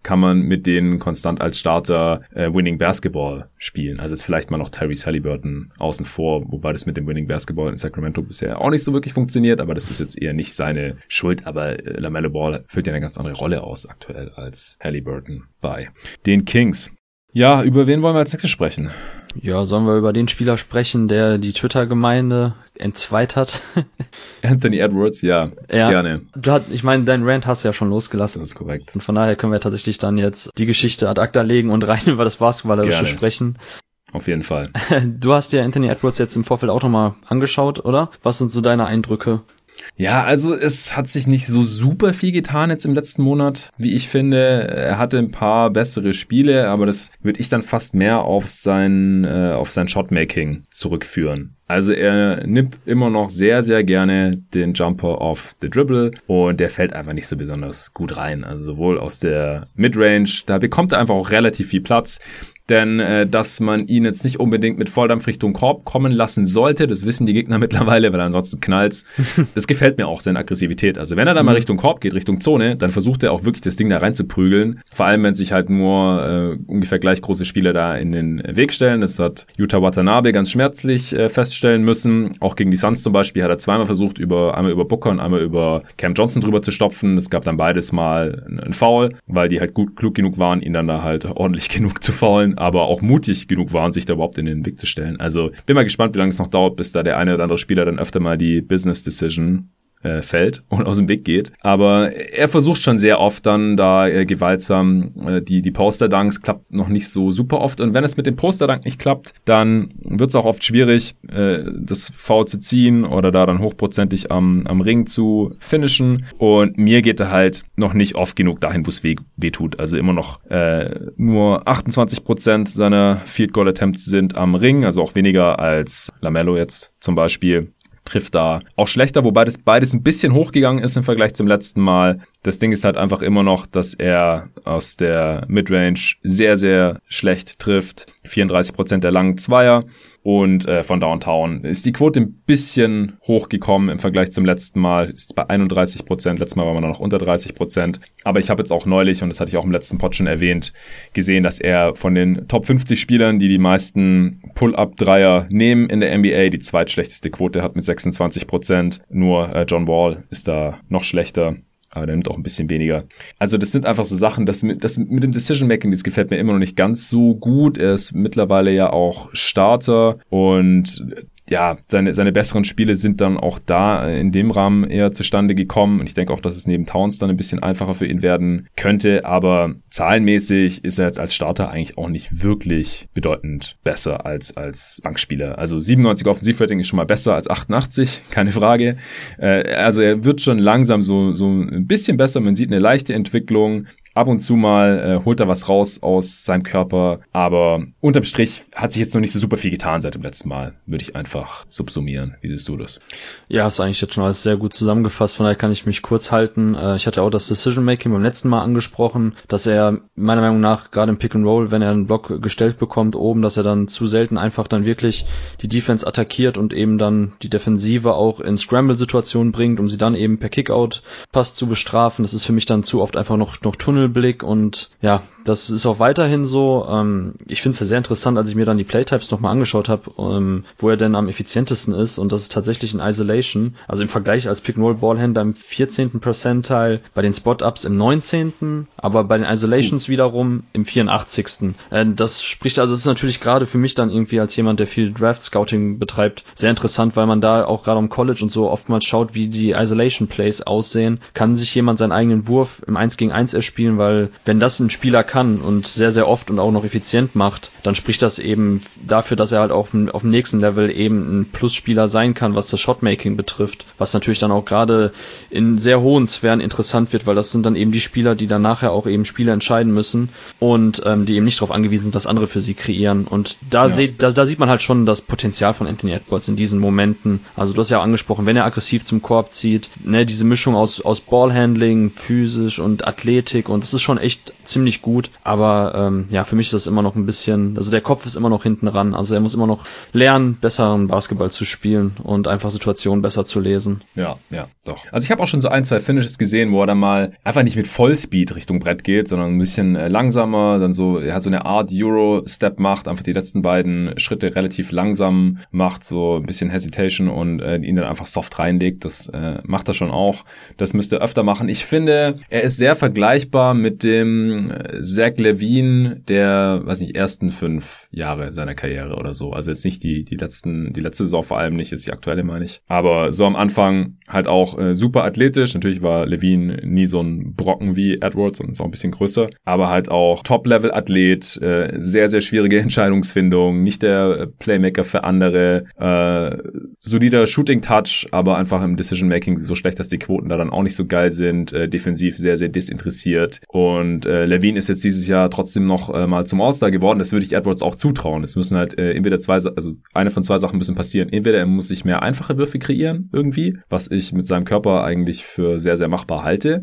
kann man mit denen konstant als Starter Winning Basketball spielen. Also jetzt vielleicht mal noch Tyrese Haliburton außen vor, wobei das mit dem Winning Basketball in Sacramento bisher auch nicht so wirklich funktioniert, aber das ist jetzt eher nicht seine Schuld, aber LaMelo Ball füllt ja eine ganz andere Rolle aus aktuell als Haliburton bei den Kings. Ja, über wen wollen wir als nächstes sprechen? Ja, sollen wir über den Spieler sprechen, der die Twitter-Gemeinde entzweit hat? Anthony Edwards, ja, gerne. Ich meine, dein Rant hast du ja schon losgelassen. Das ist korrekt. Und von daher können wir tatsächlich dann jetzt die Geschichte ad acta legen und rein über das Basketballerische sprechen. Auf jeden Fall. Du hast dir Anthony Edwards jetzt im Vorfeld auch nochmal angeschaut, oder? Was sind so deine Eindrücke? Ja, also es hat sich nicht so super viel getan jetzt im letzten Monat, wie ich finde. Er hatte ein paar bessere Spiele, aber das würde ich dann fast mehr auf sein Shotmaking zurückführen. Also er nimmt immer noch sehr, sehr gerne den Jumper off the dribble und der fällt einfach nicht so besonders gut rein. Also sowohl aus der Midrange, da bekommt er einfach auch relativ viel Platz. Denn dass man ihn jetzt nicht unbedingt mit Volldampf Richtung Korb kommen lassen sollte, das wissen die Gegner mittlerweile, weil ansonsten knallt's. Das gefällt mir auch, seine Aggressivität. Also wenn er da mal Richtung Korb geht, Richtung Zone, dann versucht er auch wirklich das Ding da rein zu prügeln. Vor allem, wenn sich halt nur ungefähr gleich große Spieler da in den Weg stellen. Das hat Yuta Watanabe ganz schmerzlich feststellen müssen. Auch gegen die Suns zum Beispiel hat er zweimal versucht, einmal über Booker und einmal über Cam Johnson drüber zu stopfen. Es gab dann beides mal einen Foul, weil die halt klug genug waren, ihn dann da halt ordentlich genug zu foulen, aber auch mutig genug waren, sich da überhaupt in den Weg zu stellen. Also bin mal gespannt, wie lange es noch dauert, bis da der eine oder andere Spieler dann öfter mal die Business Decision fällt und aus dem Weg geht. Aber er versucht schon sehr oft dann da gewaltsam die Poster-Dunks, klappt noch nicht so super oft. Und wenn es mit dem Poster-Dunk nicht klappt, dann wird es auch oft schwierig, das Foul zu ziehen oder da dann hochprozentig am Ring zu finishen. Und mir geht er halt noch nicht oft genug dahin, wo es weh tut. Also immer noch nur 28% seiner Field Goal Attempts sind am Ring, also auch weniger als LaMelo jetzt zum Beispiel. Trifft da auch schlechter, wobei das beides ein bisschen hochgegangen ist im Vergleich zum letzten Mal. Das Ding ist halt einfach immer noch, dass er aus der Midrange sehr, sehr schlecht trifft. 34% der langen Zweier. Und von Downtown ist die Quote ein bisschen hochgekommen im Vergleich zum letzten Mal. Ist bei 31%. Letztes Mal war man noch unter 30%. Aber ich habe jetzt auch neulich, und das hatte ich auch im letzten Pod schon erwähnt, gesehen, dass er von den Top 50 Spielern, die meisten Pull-Up-Dreier nehmen in der NBA, die zweitschlechteste Quote hat mit 26%. Nur John Wall ist da noch schlechter. Aber der nimmt auch ein bisschen weniger. Also das sind einfach so Sachen, das mit dem Decision-Making, das gefällt mir immer noch nicht ganz so gut. Er ist mittlerweile ja auch Starter und ja, seine besseren Spiele sind dann auch da in dem Rahmen eher zustande gekommen. Und ich denke auch, dass es neben Towns dann ein bisschen einfacher für ihn werden könnte. Aber zahlenmäßig ist er jetzt als Starter eigentlich auch nicht wirklich bedeutend besser als Bankspieler. Also 97 Offensivrating ist schon mal besser als 88, keine Frage. Also er wird schon langsam so ein bisschen besser. Man sieht eine leichte Entwicklung. Ab und zu mal holt er was raus aus seinem Körper, aber unterm Strich hat sich jetzt noch nicht so super viel getan seit dem letzten Mal, würde ich einfach subsumieren. Wie siehst du das? Ja, hast du eigentlich jetzt schon alles sehr gut zusammengefasst, von daher kann ich mich kurz halten. Ich hatte auch das Decision-Making beim letzten Mal angesprochen, dass er meiner Meinung nach gerade im Pick-and-Roll, wenn er einen Block gestellt bekommt oben, dass er dann zu selten einfach dann wirklich die Defense attackiert und eben dann die Defensive auch in Scramble-Situationen bringt, um sie dann eben per Kickout-Pass zu bestrafen. Das ist für mich dann zu oft einfach noch Tunnelblick und ja, das ist auch weiterhin so. Ich finde es ja sehr interessant, als ich mir dann die Playtypes nochmal angeschaut habe, wo er denn am effizientesten ist, und das ist tatsächlich in Isolation, also im Vergleich als Pick-and-Roll-Ballhändler im 14. Percentile, bei den Spot-Ups im 19., aber bei den Isolations wiederum im 84. Das spricht, also das ist natürlich gerade für mich dann irgendwie als jemand, der viel Draft-Scouting betreibt, sehr interessant, weil man da auch gerade am College und so oftmals schaut, wie die Isolation-Plays aussehen. Kann sich jemand seinen eigenen Wurf im 1 gegen 1 erspielen, weil wenn das ein Spieler kann und sehr, sehr oft und auch noch effizient macht, dann spricht das eben dafür, dass er halt auf dem nächsten Level eben ein Plusspieler sein kann, was das Shotmaking betrifft, was natürlich dann auch gerade in sehr hohen Sphären interessant wird, weil das sind dann eben die Spieler, die dann nachher auch eben Spiele entscheiden müssen und die eben nicht darauf angewiesen sind, dass andere für sie kreieren. Und da sieht man halt schon das Potenzial von Anthony Edwards in diesen Momenten. Also du hast ja auch angesprochen, wenn er aggressiv zum Korb zieht, ne, diese Mischung aus Ballhandling, physisch und Athletik und und das ist schon echt ziemlich gut, aber für mich ist das immer noch ein bisschen, also der Kopf ist immer noch hinten ran, also er muss immer noch lernen, besseren Basketball zu spielen und einfach Situationen besser zu lesen. Ja, doch. Also ich habe auch schon so 1-2 Finishes gesehen, wo er dann mal einfach nicht mit Vollspeed Richtung Brett geht, sondern ein bisschen langsamer, dann so eine Art Euro-Step macht, einfach die letzten beiden Schritte relativ langsam macht, so ein bisschen Hesitation und ihn dann einfach soft reinlegt. Das macht er schon auch. Das müsste er öfter machen. Ich finde, er ist sehr vergleichbar mit dem Zach LaVine der, ersten 5 Jahre seiner Karriere oder so. Also jetzt nicht die letzte Saison vor allem nicht, jetzt die aktuelle meine ich. Aber so am Anfang halt auch super athletisch. Natürlich war LaVine nie so ein Brocken wie Edwards und ist auch ein bisschen größer. Aber halt auch Top-Level-Athlet, sehr, sehr schwierige Entscheidungsfindung, nicht der Playmaker für andere, solider Shooting-Touch, aber einfach im Decision-Making so schlecht, dass die Quoten da dann auch nicht so geil sind, defensiv sehr, sehr desinteressiert und LaVine ist jetzt dieses Jahr trotzdem noch mal zum All-Star geworden, das würde ich Edwards auch zutrauen. Es müssen halt entweder eine von zwei Sachen müssen passieren. Entweder er muss sich mehr einfache Würfe kreieren irgendwie, was ich mit seinem Körper eigentlich für sehr, sehr machbar halte,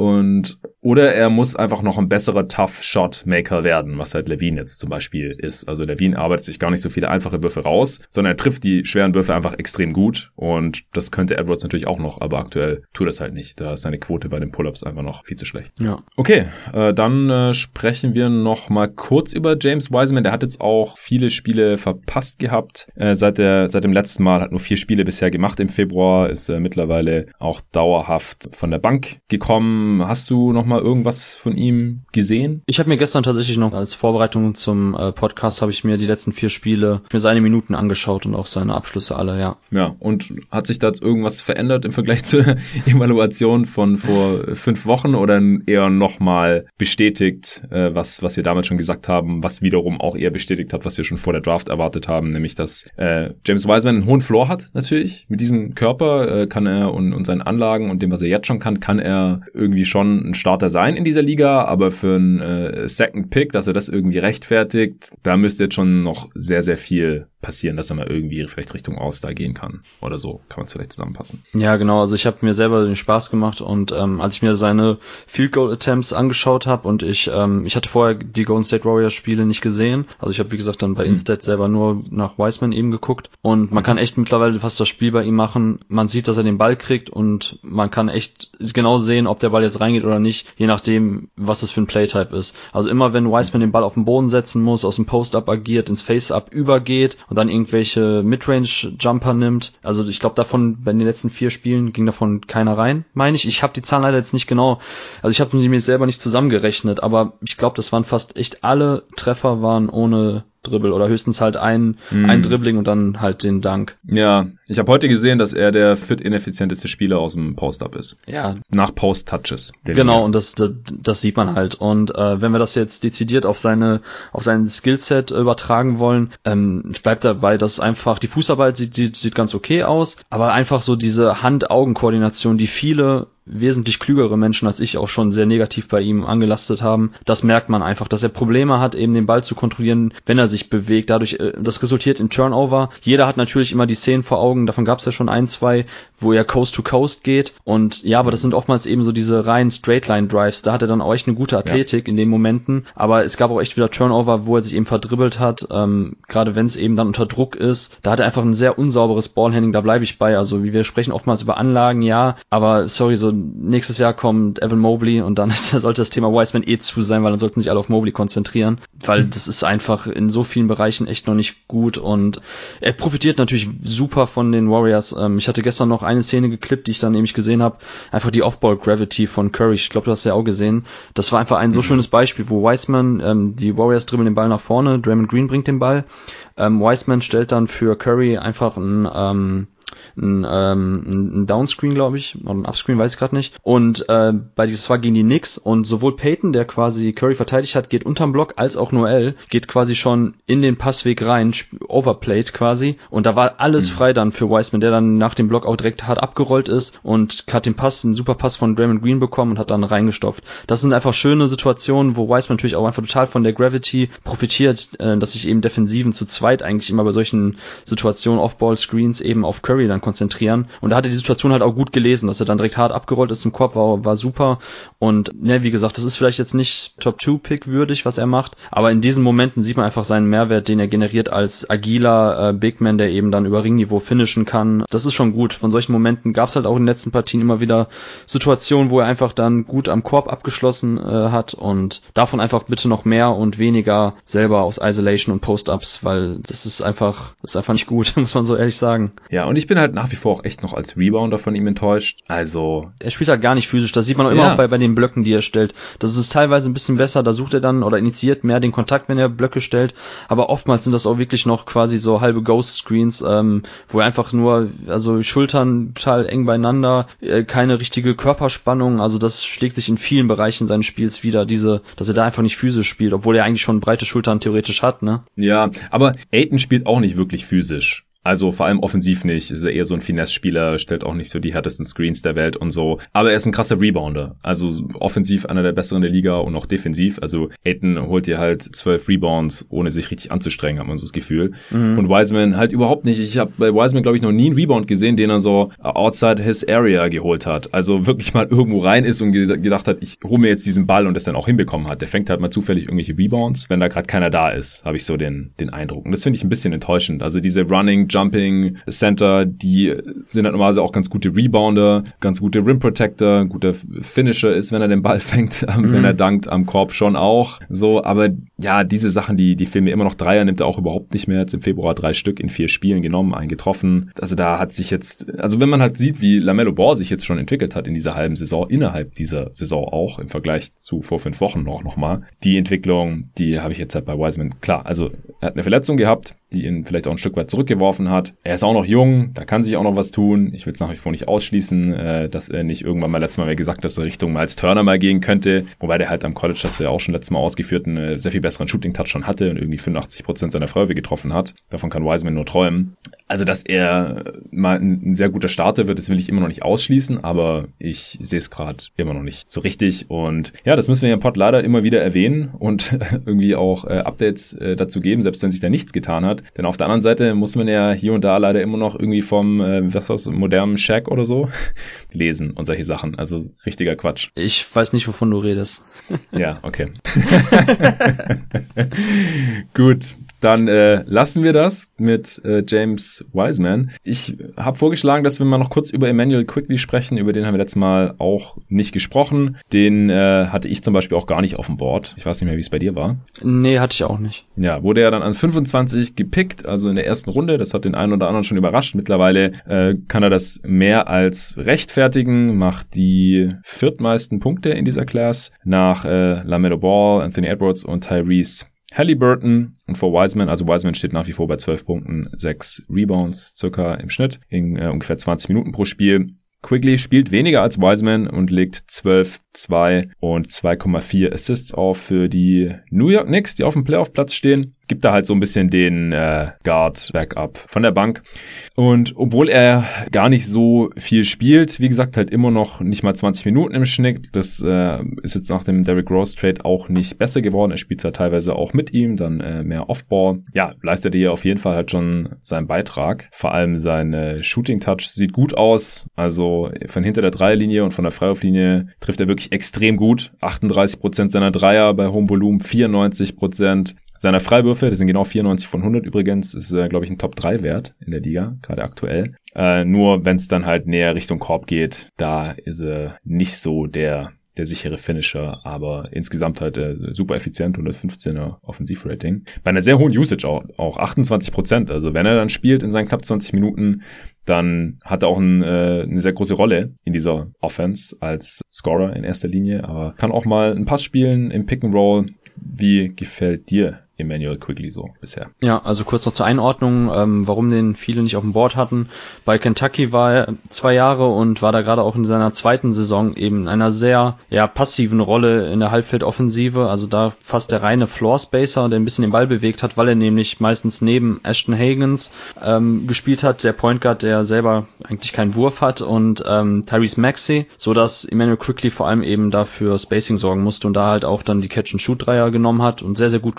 oder er muss einfach noch ein besserer Tough-Shot-Maker werden, was halt LaVine jetzt zum Beispiel ist. Also LaVine arbeitet sich gar nicht so viele einfache Würfe raus, sondern er trifft die schweren Würfe einfach extrem gut und das könnte Edwards natürlich auch noch, aber aktuell tut das halt nicht. Da ist seine Quote bei den Pull-Ups einfach noch viel zu schlecht. Ja. Okay, dann sprechen wir noch mal kurz über James Wiseman. Der hat jetzt auch viele Spiele verpasst gehabt. Seit dem letzten Mal hat nur 4 Spiele bisher gemacht im Februar, ist mittlerweile auch dauerhaft von der Bank gekommen. Hast du noch mal irgendwas von ihm gesehen? Ich habe mir gestern tatsächlich noch als Vorbereitung zum Podcast habe ich mir die letzten 4 Spiele mir seine Minuten angeschaut und auch seine Abschlüsse alle, ja. Ja, und hat sich da jetzt irgendwas verändert im Vergleich zur Evaluation von vor 5 Wochen oder eher noch mal bestätigt, was wir damals schon gesagt haben, was wiederum auch eher bestätigt hat, was wir schon vor der Draft erwartet haben, nämlich dass James Wiseman einen hohen Floor hat natürlich. Mit diesem Körper kann er und seinen Anlagen und dem, was er jetzt schon kann er irgendwie schon ein Starter sein in dieser Liga, aber für einen Second Pick, dass er das irgendwie rechtfertigt, da müsste jetzt schon noch sehr, sehr viel passieren, dass er mal irgendwie vielleicht Richtung All-Star gehen kann oder so, kann man es vielleicht zusammenpassen. Ja, genau, also ich habe mir selber den Spaß gemacht und als ich mir seine Field Goal Attempts angeschaut habe und ich hatte vorher die Golden State Warriors Spiele nicht gesehen, also ich habe wie gesagt dann bei Instat selber nur nach Wiseman eben geguckt und man kann echt mittlerweile fast das Spiel bei ihm machen, man sieht, dass er den Ball kriegt und man kann echt genau sehen, ob der Ball jetzt reingeht oder nicht, je nachdem, was das für ein Playtype ist. Also immer wenn Wiseman den Ball auf den Boden setzen muss, aus dem Post-Up agiert, ins Face-Up übergeht und dann irgendwelche Midrange-Jumper nimmt. Also ich glaube davon, bei den letzten 4 Spielen ging davon keiner rein, meine ich. Ich habe die Zahlen leider jetzt nicht genau, also ich habe sie mir selber nicht zusammengerechnet, aber ich glaube, das waren fast echt alle Treffer waren ohne Dribble oder höchstens halt ein Dribbling und dann halt den Dunk. Ja, ich habe heute gesehen, dass er der ineffizienteste Spieler aus dem Post-Up ist. Ja. Nach Post-Touches. Genau, und das sieht man halt. Und wenn wir das jetzt dezidiert auf sein Skillset übertragen wollen, bleibt dabei, dass einfach die Fußarbeit sieht ganz okay aus, aber einfach so diese Hand-Augen-Koordination, die viele wesentlich klügere Menschen als ich auch schon sehr negativ bei ihm angelastet haben. Das merkt man einfach, dass er Probleme hat, eben den Ball zu kontrollieren, wenn er sich bewegt. Dadurch, das resultiert in Turnover. Jeder hat natürlich immer die Szenen vor Augen, davon gab es ja schon 1, 2, wo er Coast to Coast geht. Und ja, aber das sind oftmals eben so diese reinen Straightline-Drives. Da hat er dann auch echt eine gute Athletik in den Momenten. Aber es gab auch echt wieder Turnover, wo er sich eben verdribbelt hat. Gerade wenn es eben dann unter Druck ist. Da hat er einfach ein sehr unsauberes Ballhandling, da bleibe ich bei. Also wir sprechen oftmals über Anlagen, ja, aber sorry, so nächstes Jahr kommt Evan Mobley und dann sollte das Thema Wiseman zu sein, weil dann sollten sich alle auf Mobley konzentrieren, weil das ist einfach in so vielen Bereichen echt noch nicht gut und er profitiert natürlich super von den Warriors. Ich hatte gestern noch eine Szene geklippt, die ich dann nämlich gesehen habe, einfach die Off-Ball-Gravity von Curry, ich glaube, du hast ja auch gesehen. Das war einfach ein so schönes Beispiel, wo Wiseman, die Warriors dribbeln den Ball nach vorne, Draymond Green bringt den Ball, Wiseman stellt dann für Curry einfach ein Downscreen, glaube ich, oder ein Upscreen, weiß ich gerade nicht. Und das war gegen die Knicks und sowohl Peyton, der quasi Curry verteidigt hat, geht unterm Block, als auch Noel geht quasi schon in den Passweg rein, overplayed quasi. Und da war alles frei dann für Wiseman, der dann nach dem Block auch direkt hart abgerollt ist und hat einen super Pass von Draymond Green bekommen und hat dann reingestopft. Das sind einfach schöne Situationen, wo Wiseman natürlich auch einfach total von der Gravity profitiert, dass sich eben Defensiven zu zweit eigentlich immer bei solchen Situationen Off-Ball-Screens eben auf Curry Curry dann konzentrieren. Und da hat er die Situation halt auch gut gelesen, dass er dann direkt hart abgerollt ist im Korb, war super. Und wie gesagt, das ist vielleicht jetzt nicht Top-2-Pick würdig, was er macht, aber in diesen Momenten sieht man einfach seinen Mehrwert, den er generiert als agiler Big Man, der eben dann über Ringniveau finishen kann. Das ist schon gut. Von solchen Momenten gab es halt auch in den letzten Partien immer wieder Situationen, wo er einfach dann gut am Korb abgeschlossen hat, und davon einfach bitte noch mehr und weniger selber aus Isolation und Post-Ups, weil das ist einfach nicht gut, muss man so ehrlich sagen. Ja, und ich bin halt nach wie vor auch echt noch als Rebounder von ihm enttäuscht. Also er spielt halt gar nicht physisch, das sieht man auch immer auch bei den Blöcken, die er stellt. Das ist teilweise ein bisschen besser, da sucht er dann oder initiiert mehr den Kontakt, wenn er Blöcke stellt, aber oftmals sind das auch wirklich noch quasi so halbe Ghost-Screens, wo er einfach nur, also Schultern total eng beieinander, keine richtige Körperspannung, also das schlägt sich in vielen Bereichen seines Spiels wieder, dass er da einfach nicht physisch spielt, obwohl er eigentlich schon breite Schultern theoretisch hat, ne? Ja, aber Ayton spielt auch nicht wirklich physisch. Also vor allem offensiv nicht. Ist er eher so ein Finesse-Spieler, stellt auch nicht so die härtesten Screens der Welt und so. Aber er ist ein krasser Rebounder. Also offensiv einer der besseren der Liga und auch defensiv. Also Ayton holt dir halt 12 Rebounds, ohne sich richtig anzustrengen, hat man so das Gefühl. Mhm. Und Wiseman halt überhaupt nicht. Ich habe bei Wiseman, glaube ich, noch nie einen Rebound gesehen, den er so outside his area geholt hat. Also wirklich mal irgendwo rein ist und gedacht hat, ich hole mir jetzt diesen Ball und das dann auch hinbekommen hat. Der fängt halt mal zufällig irgendwelche Rebounds, wenn da gerade keiner da ist, habe ich so den Eindruck. Und das finde ich ein bisschen enttäuschend. Also diese Jumping Center, die sind halt normalerweise auch ganz gute Rebounder, ganz gute Rim Protector, guter Finisher ist, wenn er den Ball fängt, wenn er dankt am Korb schon auch. So, aber ja, diese Sachen, die fehlen mir immer noch. Dreier nimmt er auch überhaupt nicht mehr. Jetzt im Februar 3 Stück in 4 Spielen genommen, einen getroffen. Also da hat sich jetzt, also wenn man halt sieht, wie LaMelo Ball sich jetzt schon entwickelt hat in dieser halben Saison, innerhalb dieser Saison auch, im Vergleich zu vor 5 Wochen noch mal, die Entwicklung, die habe ich jetzt halt bei Wiseman. Klar, also er hat eine Verletzung gehabt, die ihn vielleicht auch ein Stück weit zurückgeworfen hat. Er ist auch noch jung, da kann sich auch noch was tun. Ich will es nach wie vor nicht ausschließen, dass er nicht irgendwann mal letztes Mal gesagt hat, dass er Richtung Miles Turner mal gehen könnte. Wobei der halt am College, das er ja auch schon letztes Mal ausgeführt, einen sehr viel besseren Shooting-Touch schon hatte und irgendwie 85% seiner Freiwürfe getroffen hat. Davon kann Wiseman nur träumen. Also, dass er mal ein sehr guter Starter wird, das will ich immer noch nicht ausschließen, aber ich sehe es gerade immer noch nicht so richtig. Und ja, das müssen wir hier im Pod leider immer wieder erwähnen und irgendwie auch Updates dazu geben, selbst wenn sich da nichts getan hat. Denn auf der anderen Seite muss man ja hier und da leider immer noch irgendwie vom, modernen Shaq oder so lesen und solche Sachen. Also richtiger Quatsch. Ich weiß nicht, wovon du redest. Ja, okay. Gut. Dann lassen wir das mit James Wiseman. Ich habe vorgeschlagen, dass wir mal noch kurz über Immanuel Quickley sprechen. Über den haben wir letztes Mal auch nicht gesprochen. Den hatte ich zum Beispiel auch gar nicht auf dem Board. Ich weiß nicht mehr, wie es bei dir war. Nee, hatte ich auch nicht. Ja, wurde er dann an 25 gepickt, also in der ersten Runde. Das hat den einen oder anderen schon überrascht. Mittlerweile kann er das mehr als rechtfertigen, macht die viertmeisten Punkte in dieser Class nach LaMelo Ball, Anthony Edwards und Tyrese Halliburton. Und vor Wiseman, also Wiseman steht nach wie vor bei 12 Punkten, 6 Rebounds circa im Schnitt in ungefähr 20 Minuten pro Spiel. Quickley spielt weniger als Wiseman und legt 12, 2 und 2,4 Assists auf für die New York Knicks, die auf dem Playoff-Platz stehen. Gibt da halt so ein bisschen den Guard-Backup von der Bank. Und obwohl er gar nicht so viel spielt, wie gesagt, halt immer noch nicht mal 20 Minuten im Schnitt. Das ist jetzt nach dem Derrick Rose-Trade auch nicht besser geworden. Er spielt zwar teilweise auch mit ihm, dann mehr Off-Ball. Ja, leistet er hier auf jeden Fall halt schon seinen Beitrag. Vor allem sein Shooting-Touch sieht gut aus. Also von hinter der Dreierlinie und von der Freiwurflinie trifft er wirklich extrem gut. 38% seiner Dreier bei hohem Volumen, 94% seiner Freiwürfe, das sind genau 94 von 100 übrigens, ist, glaube ich, ein Top-3-Wert in der Liga, gerade aktuell. Nur wenn es dann halt näher Richtung Korb geht, da ist er nicht so der sichere Finisher, aber insgesamt halt super effizient, 115er Offensivrating. Bei einer sehr hohen Usage auch 28%. Also wenn er dann spielt in seinen knapp 20 Minuten, dann hat er auch eine sehr große Rolle in dieser Offense als Scorer in erster Linie, aber kann auch mal einen Pass spielen im Pick-and-Roll. Wie gefällt dir Immanuel Quickley so bisher? Ja, also kurz noch zur Einordnung, warum den viele nicht auf dem Board hatten. Bei Kentucky war er 2 Jahre und war da gerade auch in seiner zweiten Saison eben in einer sehr passiven Rolle in der Halbfeldoffensive, also da fast der reine Floor-Spacer, der ein bisschen den Ball bewegt hat, weil er nämlich meistens neben Ashton Hagans gespielt hat, der Point Guard, der selber eigentlich keinen Wurf hat, und Tyrese Maxey, so dass Immanuel Quickley vor allem eben dafür Spacing sorgen musste und da halt auch dann die Catch-and-Shoot-Dreier genommen hat und sehr, sehr gut getroffen hat.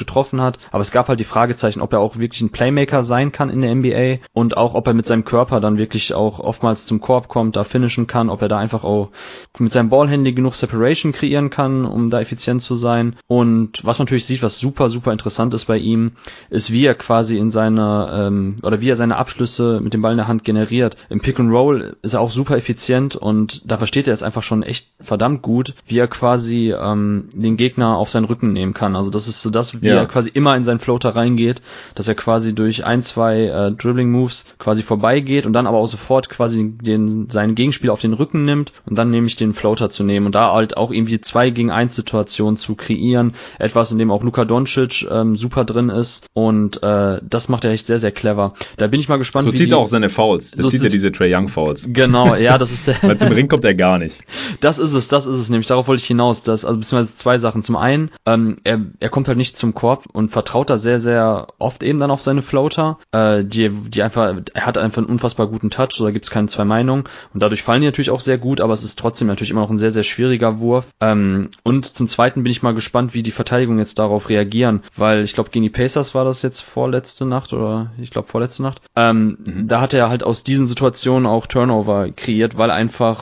hat, aber es gab halt die Fragezeichen, ob er auch wirklich ein Playmaker sein kann in der NBA und auch, ob er mit seinem Körper dann wirklich auch oftmals zum Korb kommt, da finishen kann, ob er da einfach auch mit seinem Ballhandling genug Separation kreieren kann, um da effizient zu sein. Und was man natürlich sieht, was super, super interessant ist bei ihm, ist, wie er quasi in seiner, wie er seine Abschlüsse mit dem Ball in der Hand generiert. Im Pick and Roll ist er auch super effizient und da versteht er es einfach schon echt verdammt gut, wie er quasi den Gegner auf seinen Rücken nehmen kann. Also das ist so das, wie er quasi immer in seinen Floater reingeht, dass er quasi durch 1-2 Dribbling-Moves quasi vorbeigeht und dann aber auch sofort quasi seinen Gegenspieler auf den Rücken nimmt und dann nämlich den Floater zu nehmen und da halt auch irgendwie 2-gegen-1-Situationen zu kreieren. Etwas, in dem auch Luka Doncic super drin ist und das macht er echt sehr, sehr clever. Da bin ich mal gespannt, so zieht er auch seine Fouls. Da zieht er diese Trae Young Fouls. Genau, ja, das ist der. Weil zum Ring kommt er gar nicht. Das ist es nämlich. Darauf wollte ich hinaus. Beziehungsweise zwei Sachen. Zum einen, er kommt halt nicht zum Korb und vertraut da sehr, sehr oft eben dann auf seine Floater, die einfach, er hat einfach einen unfassbar guten Touch, so da gibt's keine zwei Meinungen und dadurch fallen die natürlich auch sehr gut, aber es ist trotzdem natürlich immer noch ein sehr, sehr schwieriger Wurf. Und zum Zweiten bin ich mal gespannt, wie die Verteidigung jetzt darauf reagieren, weil ich glaube, gegen die Pacers war das jetzt vorletzte Nacht. Da hat er halt aus diesen Situationen auch Turnover kreiert, weil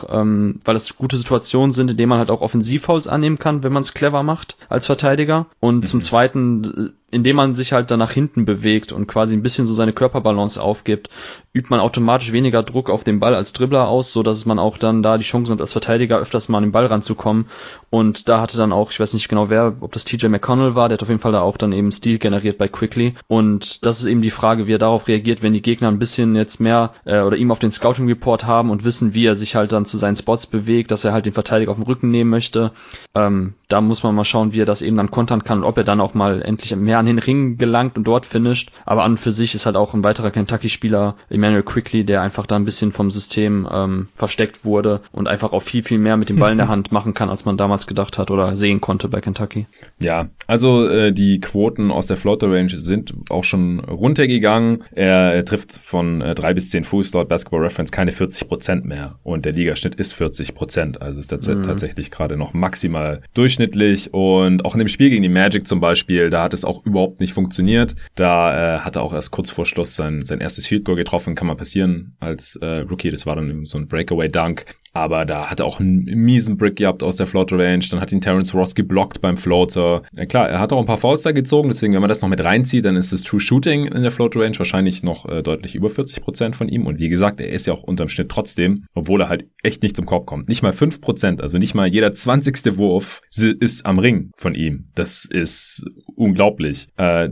es gute Situationen sind, in denen man halt auch Offensivfouls annehmen kann, wenn man es clever macht als Verteidiger. Und zum Zweiten, indem man sich halt dann nach hinten bewegt und quasi ein bisschen so seine Körperbalance aufgibt, übt man automatisch weniger Druck auf den Ball als Dribbler aus, so dass man auch dann da die Chance hat, als Verteidiger öfters mal an den Ball ranzukommen. Und da hatte dann auch, ich weiß nicht genau ob das TJ McConnell war, der hat auf jeden Fall da auch dann eben Steal generiert bei Quickly. Und das ist eben die Frage, wie er darauf reagiert, wenn die Gegner ein bisschen jetzt mehr oder ihm auf den Scouting Report haben und wissen, wie er sich halt dann zu seinen Spots bewegt, dass er halt den Verteidiger auf den Rücken nehmen möchte. Da muss man mal schauen, wie er das eben dann kontern kann und ob er dann auch mal endlich mehr an den Ring gelangt und dort finisht. Aber an und für sich ist halt auch ein weiterer Kentucky-Spieler, Emmanuel Quickley, der einfach da ein bisschen vom System versteckt wurde und einfach auch viel, viel mehr mit dem Ball in der Hand machen kann, als man damals gedacht hat oder sehen konnte bei Kentucky. Ja, also die Quoten aus der Floater Range sind auch schon runtergegangen. Er trifft von 3 bis 10 Fuß laut Basketball Reference keine 40% mehr und der Ligaschnitt ist 40%, also ist tatsächlich gerade noch maximal durchschnittlich. Und auch in dem Spiel gegen die Magic zum Beispiel, da hat es auch überhaupt nicht funktioniert. Da hat er auch erst kurz vor Schluss sein erstes Field Goal getroffen, kann mal passieren als Rookie, das war dann so ein Breakaway-Dunk. Aber da hat er auch einen miesen Brick gehabt aus der Floater Range. Dann hat ihn Terrence Ross geblockt beim Floater. Ja klar, er hat auch ein paar Fouls da gezogen. Deswegen, wenn man das noch mit reinzieht, dann ist das True Shooting in der Floater Range wahrscheinlich noch deutlich über 40% von ihm. Und wie gesagt, er ist ja auch unterm Schnitt trotzdem, obwohl er halt echt nicht zum Korb kommt. Nicht mal 5%, also nicht mal jeder 20. Wurf ist am Ring von ihm. Das ist unglaublich.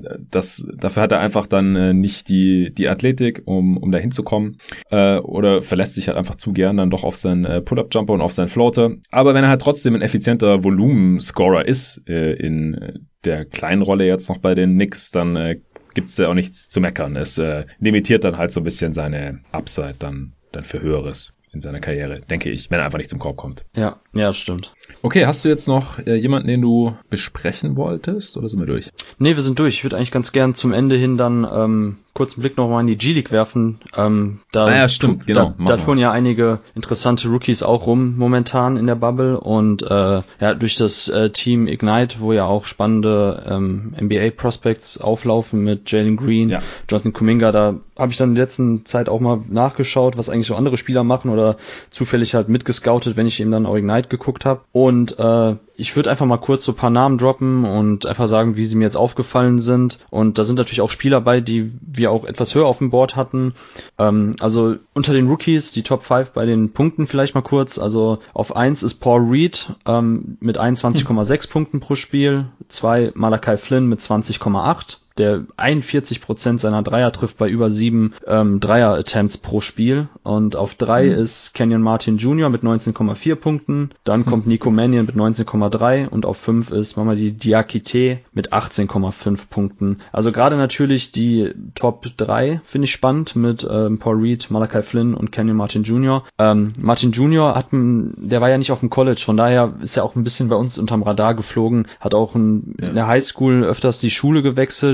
Dafür hat er einfach dann nicht die Athletik, um da hinzukommen. Oder verlässt sich halt einfach zu gern dann doch auf seinen Pull-Up-Jumper und auf seinen Floater. Aber wenn er halt trotzdem ein effizienter Volumenscorer ist, in der kleinen Rolle jetzt noch bei den Knicks, dann gibt's da auch nichts zu meckern. Es limitiert dann halt so ein bisschen seine Upside dann für Höheres in seiner Karriere, denke ich, wenn er einfach nicht zum Korb kommt. Ja, das stimmt. Okay, hast du jetzt noch jemanden, den du besprechen wolltest, oder sind wir durch? Nee, wir sind durch. Ich würde eigentlich ganz gern zum Ende hin dann kurzen Blick noch mal in die G-League werfen. Stimmt, genau. Da tun ja einige interessante Rookies auch rum momentan in der Bubble und durch das Team Ignite, wo ja auch spannende NBA-Prospects auflaufen mit Jalen Green, Jonathan Kuminga, da habe ich dann in der letzten Zeit auch mal nachgeschaut, was eigentlich so andere Spieler machen oder zufällig halt mitgescoutet, wenn ich eben dann auch Ignite geguckt habe. Und ich würde einfach mal kurz so ein paar Namen droppen und einfach sagen, wie sie mir jetzt aufgefallen sind. Und da sind natürlich auch Spieler bei, die wir auch etwas höher auf dem Board hatten. Also unter den Rookies, die Top 5 bei den Punkten vielleicht mal kurz. Also auf 1 ist Paul Reed mit 21,6 Punkten pro Spiel. 2 Malachi Flynn mit 20,8. Der 41% seiner Dreier trifft bei über 7 Dreier-Attempts pro Spiel. Und auf 3 ist Kenyon Martin Jr. mit 19,4 Punkten. Dann kommt Nico Mannion mit 19,3 und auf 5 ist Mamadi Diakite mit 18,5 Punkten. Also gerade natürlich die Top 3 finde ich spannend mit Paul Reed, Malachi Flynn und Kenyon Martin Jr. Martin Jr. der war ja nicht auf dem College, von daher ist er auch ein bisschen bei uns unterm Radar geflogen, hat auch in der Highschool öfters die Schule gewechselt,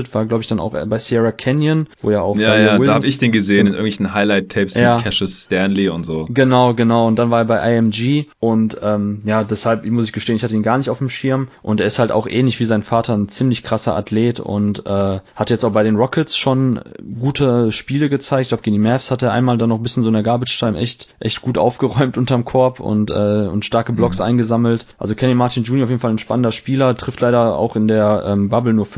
gewechselt, war glaube ich dann auch bei Sierra Canyon, wo ja auch Williams, da habe ich den gesehen in irgendwelchen Highlight-Tapes mit Cassius Stanley und so. Genau, und dann war er bei IMG und deshalb muss ich gestehen, ich hatte ihn gar nicht auf dem Schirm und er ist halt auch ähnlich wie sein Vater ein ziemlich krasser Athlet und hat jetzt auch bei den Rockets schon gute Spiele gezeigt. Ich glaube, gegen die Mavs hat er einmal dann noch ein bisschen so in der Garbage-Time echt gut aufgeräumt unterm Korb und starke Blocks eingesammelt. Also Kenny Martin Jr. auf jeden Fall ein spannender Spieler, trifft leider auch in der Bubble nur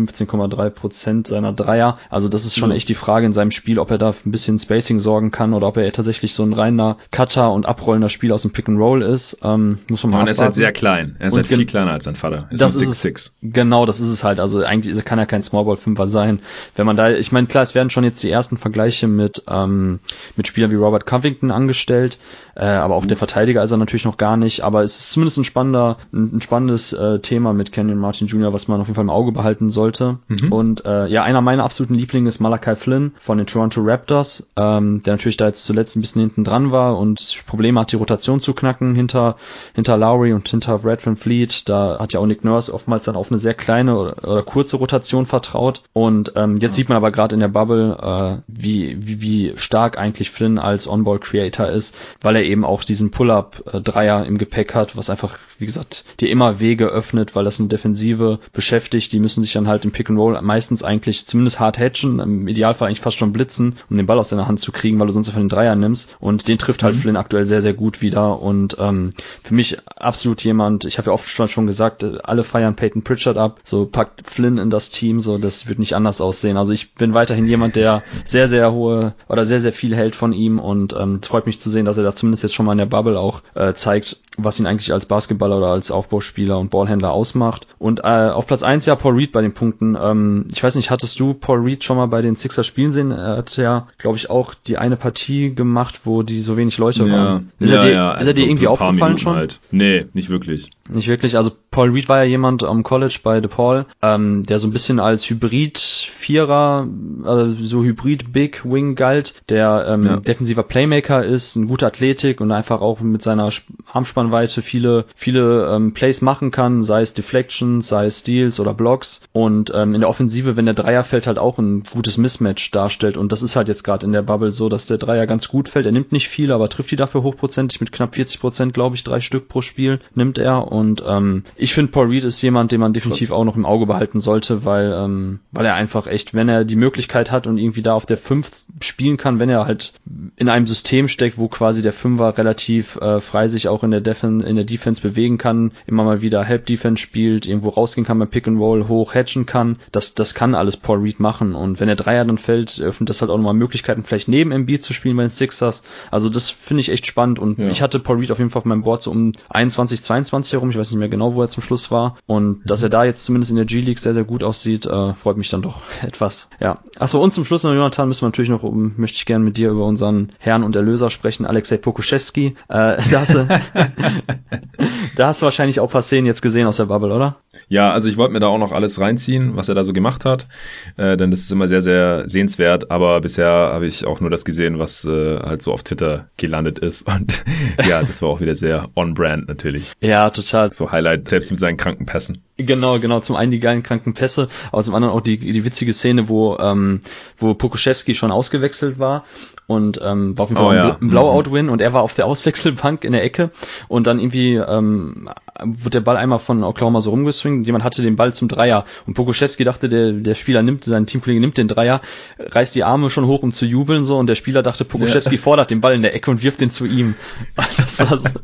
15,3% seiner Dreier. Also das ist schon echt die Frage in seinem Spiel, ob er da ein bisschen Spacing sorgen kann oder ob er tatsächlich so ein reiner Cutter und abrollender Spieler aus dem Pick and Roll ist. Muss man mal abwarten. Und er ist halt sehr klein. Er ist halt viel kleiner als sein Vater. Ist das 6'6". Genau, das ist es halt. Also eigentlich kann er kein Smallball-Fünfer sein. Wenn man da, ich meine, klar, es werden schon jetzt die ersten Vergleiche mit Spielern wie Robert Covington angestellt, aber auch der Verteidiger ist er natürlich noch gar nicht. Aber es ist zumindest ein spannendes Thema mit Kenyon Martin Jr., was man auf jeden Fall im Auge behalten sollte. Und einer meiner absoluten Lieblinge ist Malachi Flynn von den Toronto Raptors, der natürlich da jetzt zuletzt ein bisschen hinten dran war und Probleme hat, die Rotation zu knacken hinter Lowry und hinter Fred VanVleet. Da hat ja auch Nick Nurse oftmals dann auf eine sehr kleine oder kurze Rotation vertraut. Und jetzt sieht man aber gerade in der Bubble, wie stark eigentlich Flynn als On-Ball-Creator ist, weil er eben auch diesen Pull-Up-Dreier im Gepäck hat, was einfach, wie gesagt, dir immer Wege öffnet, weil das eine Defensive beschäftigt. Die müssen sich dann halt im Pick-and-Roll meistens eigentlich zumindest hart hatchen, im Idealfall eigentlich fast schon blitzen, um den Ball aus deiner Hand zu kriegen, weil du sonst einfach den Dreier nimmst. Und den trifft halt Flynn aktuell sehr, sehr gut wieder. Und für mich absolut jemand, ich habe ja oft schon gesagt, alle feiern Peyton Pritchard ab, so packt Flynn in das Team, so das wird nicht anders aussehen. Also ich bin weiterhin jemand, der sehr, sehr hohe oder sehr, sehr viel hält von ihm und freut mich zu sehen, dass er da zumindest jetzt schon mal in der Bubble auch zeigt, was ihn eigentlich als Basketballer oder als Aufbauspieler und Ballhändler ausmacht. Und auf Platz 1 ja Paul Reed bei den Punkten. Ich weiß nicht, hattest du Paul Reed schon mal bei den Sixers spielen sehen? Er hat ja, glaube ich, auch die eine Partie gemacht, wo die so wenig Leute waren. Ist er dir irgendwie aufgefallen schon? Halt. Nee, nicht wirklich. Nicht wirklich. Also Paul Reed war ja jemand am College bei DePaul, der so ein bisschen als Hybrid-Vierer, so Hybrid-Big-Wing galt, der defensiver Playmaker ist, eine gute Athletik und einfach auch mit seiner Armspannweite viele Plays machen kann, sei es Deflections, sei es Steals oder Blocks und in der Offensive, wenn der Dreier fällt, halt auch ein gutes Mismatch darstellt und das ist halt jetzt gerade in der Bubble so, dass der Dreier ganz gut fällt. Er nimmt nicht viel, aber trifft die dafür hochprozentig mit knapp 40%, glaube ich, 3 Stück pro Spiel nimmt er und ich finde, Paul Reed ist jemand, den man definitiv auch noch im Auge behalten sollte, weil er einfach echt, wenn er die Möglichkeit hat und irgendwie da auf der 5 spielen kann, wenn er halt in einem System steckt, wo quasi der Fünfer relativ frei sich auch in der Defense bewegen kann, immer mal wieder Help Defense spielt, irgendwo rausgehen kann beim Pick and Roll, hoch hatchen kann, das kann alles Paul Reed machen und wenn der Dreier dann fällt, öffnet das halt auch nochmal Möglichkeiten, vielleicht neben Embiid zu spielen bei den Sixers, also das finde ich echt spannend und ich hatte Paul Reed auf jeden Fall auf meinem Board so um 21, 22 herum, ich weiß nicht mehr genau, wo er zum Schluss war und dass er da jetzt zumindest in der G-League sehr, sehr gut aussieht, freut mich dann doch etwas. Ja. Achso, und zum Schluss noch, Jonathan, möchte ich gerne mit dir über unseren Herrn und Erlöser sprechen, Alexej Pokusevski. Da hast du wahrscheinlich auch ein paar Szenen jetzt gesehen aus der Bubble, oder? Ja, also ich wollte mir da auch noch alles reinziehen, was er da so gemacht hat, denn das ist immer sehr, sehr sehenswert, aber bisher habe ich auch nur das gesehen, was halt so auf Twitter gelandet ist und ja, das war auch wieder sehr on-brand natürlich. Ja, total. So Highlight-Tapes mit seinen kranken Pässen. Genau. Zum einen die geilen kranken Pässe, aber zum anderen auch die witzige Szene, wo Pokusevski schon ausgewechselt war und war auf jeden Fall ein Blowout-Win und er war auf der Auswechselbank in der Ecke und dann irgendwie wird der Ball einmal von Oklahoma so rumgeswingt, jemand hatte den Ball zum Dreier und Pokusevski dachte, der Spieler sein Teamkollege nimmt den Dreier, reißt die Arme schon hoch, um zu jubeln so und der Spieler dachte, Pokusevski fordert den Ball in der Ecke und wirft den zu ihm. Das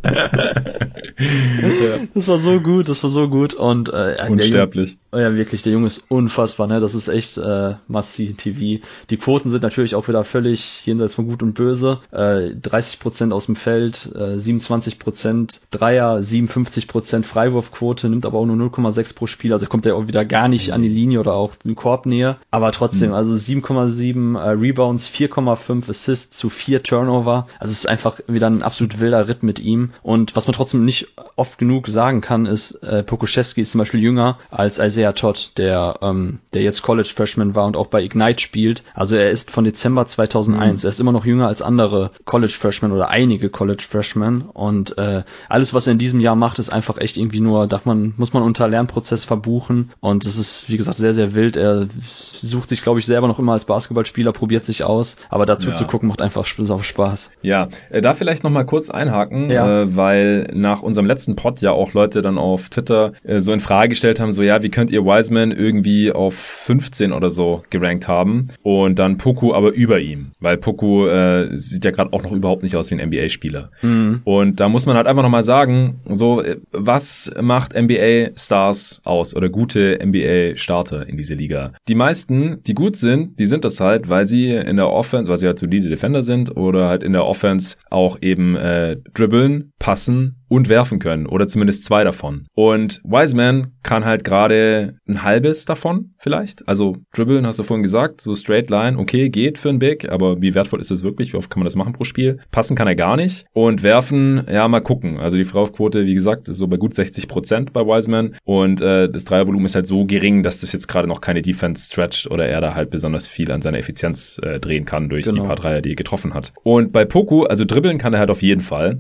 war so gut und unsterblich. Wirklich, der Junge ist unfassbar, ne? Das ist echt massiv TV. Die Quoten sind natürlich auch wieder völlig jenseits von Gut und Böse. 30% aus dem Feld, 27% Dreier, 57% Freiwurfquote, nimmt aber auch nur 0,6 pro Spiel, also kommt er auch wieder gar nicht an die Linie oder auch in Korbnähe. Aber trotzdem, also 7,7 Rebounds, 4,5 Assists zu 4 Turnover. Also es ist einfach wieder ein absolut wilder Ritt mit ihm. Und was man trotzdem nicht oft genug sagen kann, ist, Pokusevski ist zum Beispiel jünger als Isaiah Todd, der jetzt College Freshman war und auch bei Ignite spielt. Also er ist von Dezember 2001. Er ist immer noch jünger als andere College Freshmen oder einige College Freshmen und alles, was er in diesem Jahr macht, ist einfach einfach echt irgendwie nur, muss man unter Lernprozess verbuchen und es ist, wie gesagt, sehr, sehr wild. Er sucht sich, glaube ich, selber noch immer als Basketballspieler, probiert sich aus, aber dazu zu gucken macht einfach Spaß. Ja, da vielleicht nochmal kurz einhaken, weil nach unserem letzten Pod ja auch Leute dann auf Twitter so in Frage gestellt haben, so ja, wie könnt ihr Wiseman irgendwie auf 15 oder so gerankt haben und dann Poku aber über ihm, weil Poku sieht ja gerade auch noch überhaupt nicht aus wie ein NBA-Spieler. Und da muss man halt einfach nochmal sagen, so, was macht NBA-Stars aus oder gute NBA-Starter in dieser Liga? Die meisten, die gut sind, die sind das halt, weil sie in der Offense, weil sie halt solide Defender sind oder halt in der Offense auch eben dribbeln, passen und werfen können oder zumindest 2 davon. Und Wiseman kann halt gerade ein halbes davon vielleicht. Also dribbeln, hast du vorhin gesagt, so straight line, okay, geht für einen Big, aber wie wertvoll ist es wirklich? Wie oft kann man das machen pro Spiel? Passen kann er gar nicht. Und werfen, ja, mal gucken. Also die Freiwurfquote, wie gesagt, ist so bei gut 60% bei Wiseman und das Dreiervolumen ist halt so gering, dass das jetzt gerade noch keine Defense stretcht oder er da halt besonders viel an seiner Effizienz drehen kann durch die paar Dreier, die er getroffen hat. Und bei Poku, also dribbeln kann er halt auf jeden Fall.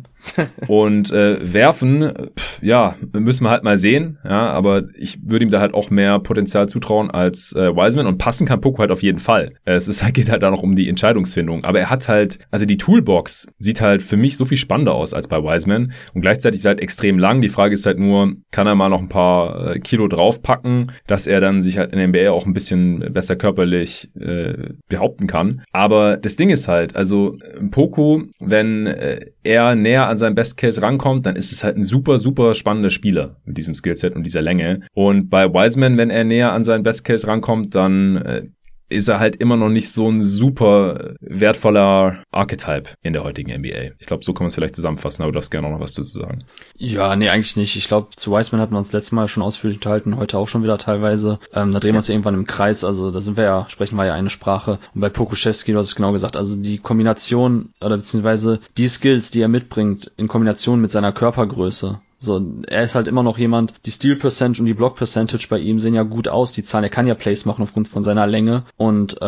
Und werfen, ja, müssen wir halt mal sehen, ja, aber ich würde ihm da halt auch mehr Potenzial zutrauen als Wiseman und passen kann Poku halt auf jeden Fall. Geht halt da noch um die Entscheidungsfindung, aber er hat halt, also die Toolbox sieht halt für mich so viel spannender aus als bei Wiseman und gleichzeitig ist halt extrem lang. Die Frage ist halt nur, kann er mal noch ein paar Kilo draufpacken, dass er dann sich halt in der NBA auch ein bisschen besser körperlich behaupten kann. Aber das Ding ist halt, also Poku, wenn er näher an seinem Best Case rankommt, dann ist es halt ein super, super spannender Spieler mit diesem Skillset und dieser Länge. Und bei Wiseman, wenn er näher an seinen Best Case rankommt, dann ist er halt immer noch nicht so ein super wertvoller Archetype in der heutigen NBA. Ich glaube, so kann man es vielleicht zusammenfassen, aber du darfst gerne auch noch was dazu sagen. Ja, nee, eigentlich nicht. Ich glaube, zu Wiseman hatten wir uns letztes Mal schon ausführlich unterhalten, heute auch schon wieder teilweise. Da drehen wir uns ja irgendwann im Kreis, also da sprechen wir ja eine Sprache. Und bei Pokusevski, du hast es genau gesagt, also die Kombination oder beziehungsweise die Skills, die er mitbringt, in Kombination mit seiner Körpergröße. So, er ist halt immer noch jemand, die Steal Percentage und die Block Percentage bei ihm sehen ja gut aus, die Zahlen, er kann ja Plays machen aufgrund von seiner Länge und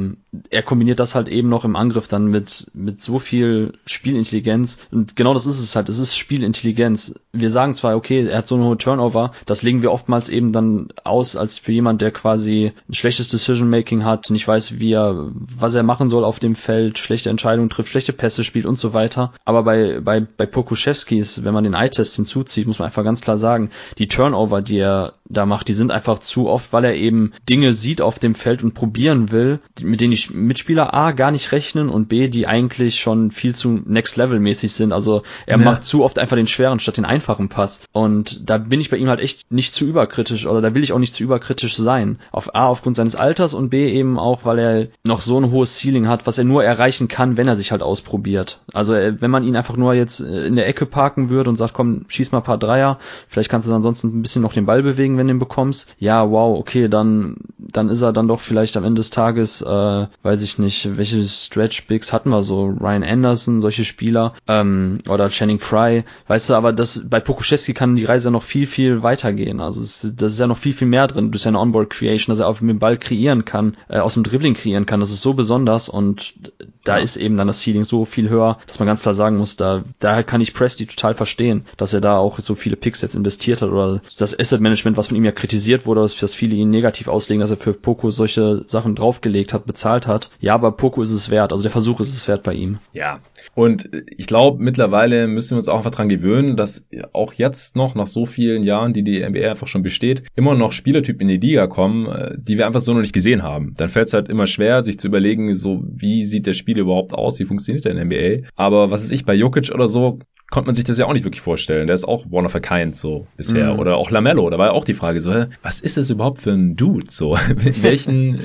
er kombiniert das halt eben noch im Angriff dann mit so viel Spielintelligenz und genau das ist es halt, es ist Spielintelligenz. Wir sagen zwar, okay, er hat so eine hohe Turnover, das legen wir oftmals eben dann aus als für jemand, der quasi ein schlechtes Decision-Making hat, nicht weiß, was er machen soll auf dem Feld, schlechte Entscheidungen trifft, schlechte Pässe spielt und so weiter, aber bei Pokusevski ist, wenn man den Eye-Test hinzuzieht, muss man einfach ganz klar sagen, die Turnover, die er da macht, die sind einfach zu oft, weil er eben Dinge sieht auf dem Feld und probieren will, mit denen die Mitspieler A gar nicht rechnen und B, die eigentlich schon viel zu Next-Level-mäßig sind. Also er macht zu oft einfach den schweren statt den einfachen Pass. Und da bin ich bei ihm halt echt nicht zu überkritisch oder da will ich auch nicht zu überkritisch sein. Aufgrund seines Alters und B eben auch, weil er noch so ein hohes Ceiling hat, was er nur erreichen kann, wenn er sich halt ausprobiert. Also wenn man ihn einfach nur jetzt in der Ecke parken würde und sagt, komm, schieß mal ein paar Dreier, vielleicht kannst du ansonsten ein bisschen noch den Ball bewegen, wenn du ihn bekommst. Ja, wow, okay, dann ist er dann doch vielleicht am Ende des Tages, weiß ich nicht, welche Stretch-Bigs hatten wir so, Ryan Anderson, solche Spieler, oder Channing Frye, weißt du, aber bei Pokusevski kann die Reise noch viel, viel weitergehen. Also das ist ja noch viel, viel mehr drin durch seine On-Ball-Creation, dass er auf dem Ball kreieren kann, aus dem Dribbling kreieren kann, das ist so besonders und da ist eben dann das Ceiling so viel höher, dass man ganz klar sagen muss, daher kann ich Presti total verstehen, dass er da auch so viele Picks jetzt investiert hat oder das Asset-Management, was von ihm ja kritisiert wurde, dass viele ihn negativ auslegen, dass er für Poku solche Sachen draufgelegt hat, bezahlt hat. Ja, aber Poku ist es wert, also der Versuch ist es wert bei ihm. Ja, und ich glaube, mittlerweile müssen wir uns auch einfach dran gewöhnen, dass auch jetzt noch, nach so vielen Jahren, die NBA einfach schon besteht, immer noch Spielertypen in die Liga kommen, die wir einfach so noch nicht gesehen haben. Dann fällt es halt immer schwer, sich zu überlegen, so wie sieht der Spiel überhaupt aus, wie funktioniert der in der NBA. Aber was ist ich, bei Jokic oder so, konnte man sich das ja auch nicht wirklich vorstellen. Der ist auch one of a kind so bisher. Oder auch LaMelo, da war ja auch die Frage so, was ist das überhaupt für ein Dude so? Welchen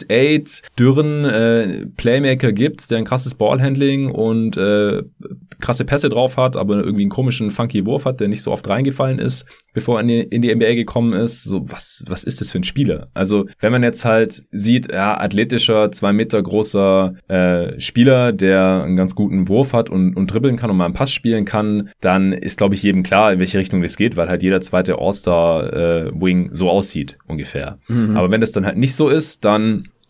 6'8 dürren Playmaker gibt's, der ein krasses Ballhandling und krasse Pässe drauf hat, aber irgendwie einen komischen funky Wurf hat, der nicht so oft reingefallen ist, bevor er in die NBA gekommen ist. So, was ist das für ein Spieler? Also, wenn man jetzt halt sieht, ja, athletischer, 2 Meter großer Spieler, der einen ganz guten Wurf hat und dribbeln kann und mal einen Pass spielen kann, dann ist, glaube ich, jedem klar, in welche Richtung das geht, weil halt jeder zweite All-Star Wing so aussieht, ungefähr. Aber wenn das dann halt nicht so ist, dann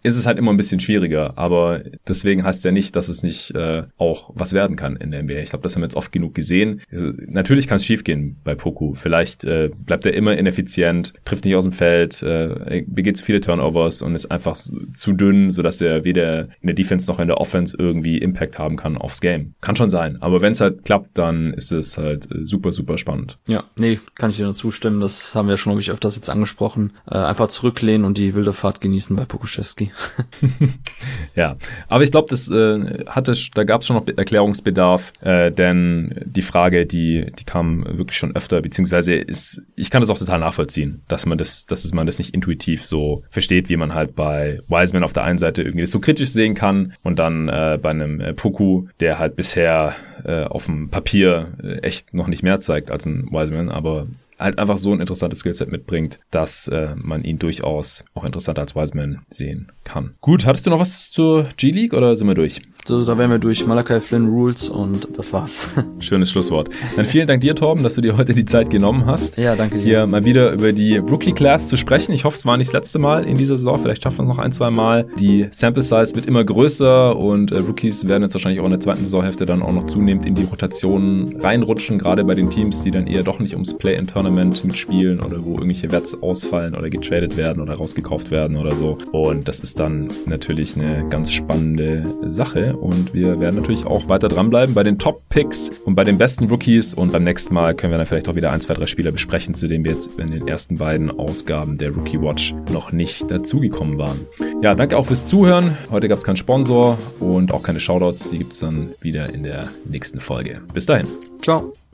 ist es halt immer ein bisschen schwieriger, aber deswegen heißt es ja nicht, dass es nicht auch was werden kann in der NBA. Ich glaube, das haben wir jetzt oft genug gesehen. Natürlich kann es schiefgehen bei Poku. Vielleicht bleibt er immer ineffizient, trifft nicht aus dem Feld, begeht zu viele Turnovers und ist einfach zu dünn, sodass er weder in der Defense noch in der Offense irgendwie Impact haben kann aufs Game. Kann schon sein, aber wenn es halt klappt, dann ist es halt super, super spannend. Ja, nee, kann ich dir nur zustimmen. Das haben wir schon, glaube ich, öfters jetzt angesprochen. Einfach zurücklehnen und die wilde Fahrt genießen bei Pokusevski. Ja, aber ich glaube, da gab es schon noch Erklärungsbedarf, denn die Frage, die kam wirklich schon öfter, beziehungsweise ich kann das auch total nachvollziehen, dass man das nicht intuitiv so versteht, wie man halt bei Wiseman auf der einen Seite irgendwie das so kritisch sehen kann und dann bei einem Poku, der halt bisher auf dem Papier echt noch nicht mehr zeigt als ein Wiseman, aber halt einfach so ein interessantes Skillset mitbringt, dass man ihn durchaus auch interessanter als Wiseman sehen kann. Gut, hattest du noch was zur G-League oder sind wir durch? So, da wären wir durch. Malachi Flynn Rules und das war's. Schönes Schlusswort. Dann vielen Dank dir, Torben, dass du dir heute die Zeit genommen hast. Ja, danke dir. Hier mal wieder über die Rookie-Class zu sprechen. Ich hoffe, es war nicht das letzte Mal in dieser Saison. Vielleicht schaffen wir es noch 1-2 Mal. Die Sample-Size wird immer größer und Rookies werden jetzt wahrscheinlich auch in der zweiten Saisonhälfte dann auch noch zunehmend in die Rotation reinrutschen, gerade bei den Teams, die dann eher doch nicht ums Play-in-Tournament mitspielen oder wo irgendwelche Wets ausfallen oder getradet werden oder rausgekauft werden oder so. Und das ist dann natürlich eine ganz spannende Sache. Und wir werden natürlich auch weiter dranbleiben bei den Top-Picks und bei den besten Rookies. Und beim nächsten Mal können wir dann vielleicht auch wieder 1, 2, 3 Spieler besprechen, zu denen wir jetzt in den ersten beiden Ausgaben der Rookie Watch noch nicht dazugekommen waren. Ja, danke auch fürs Zuhören. Heute gab es keinen Sponsor und auch keine Shoutouts. Die gibt es dann wieder in der nächsten Folge. Bis dahin. Ciao.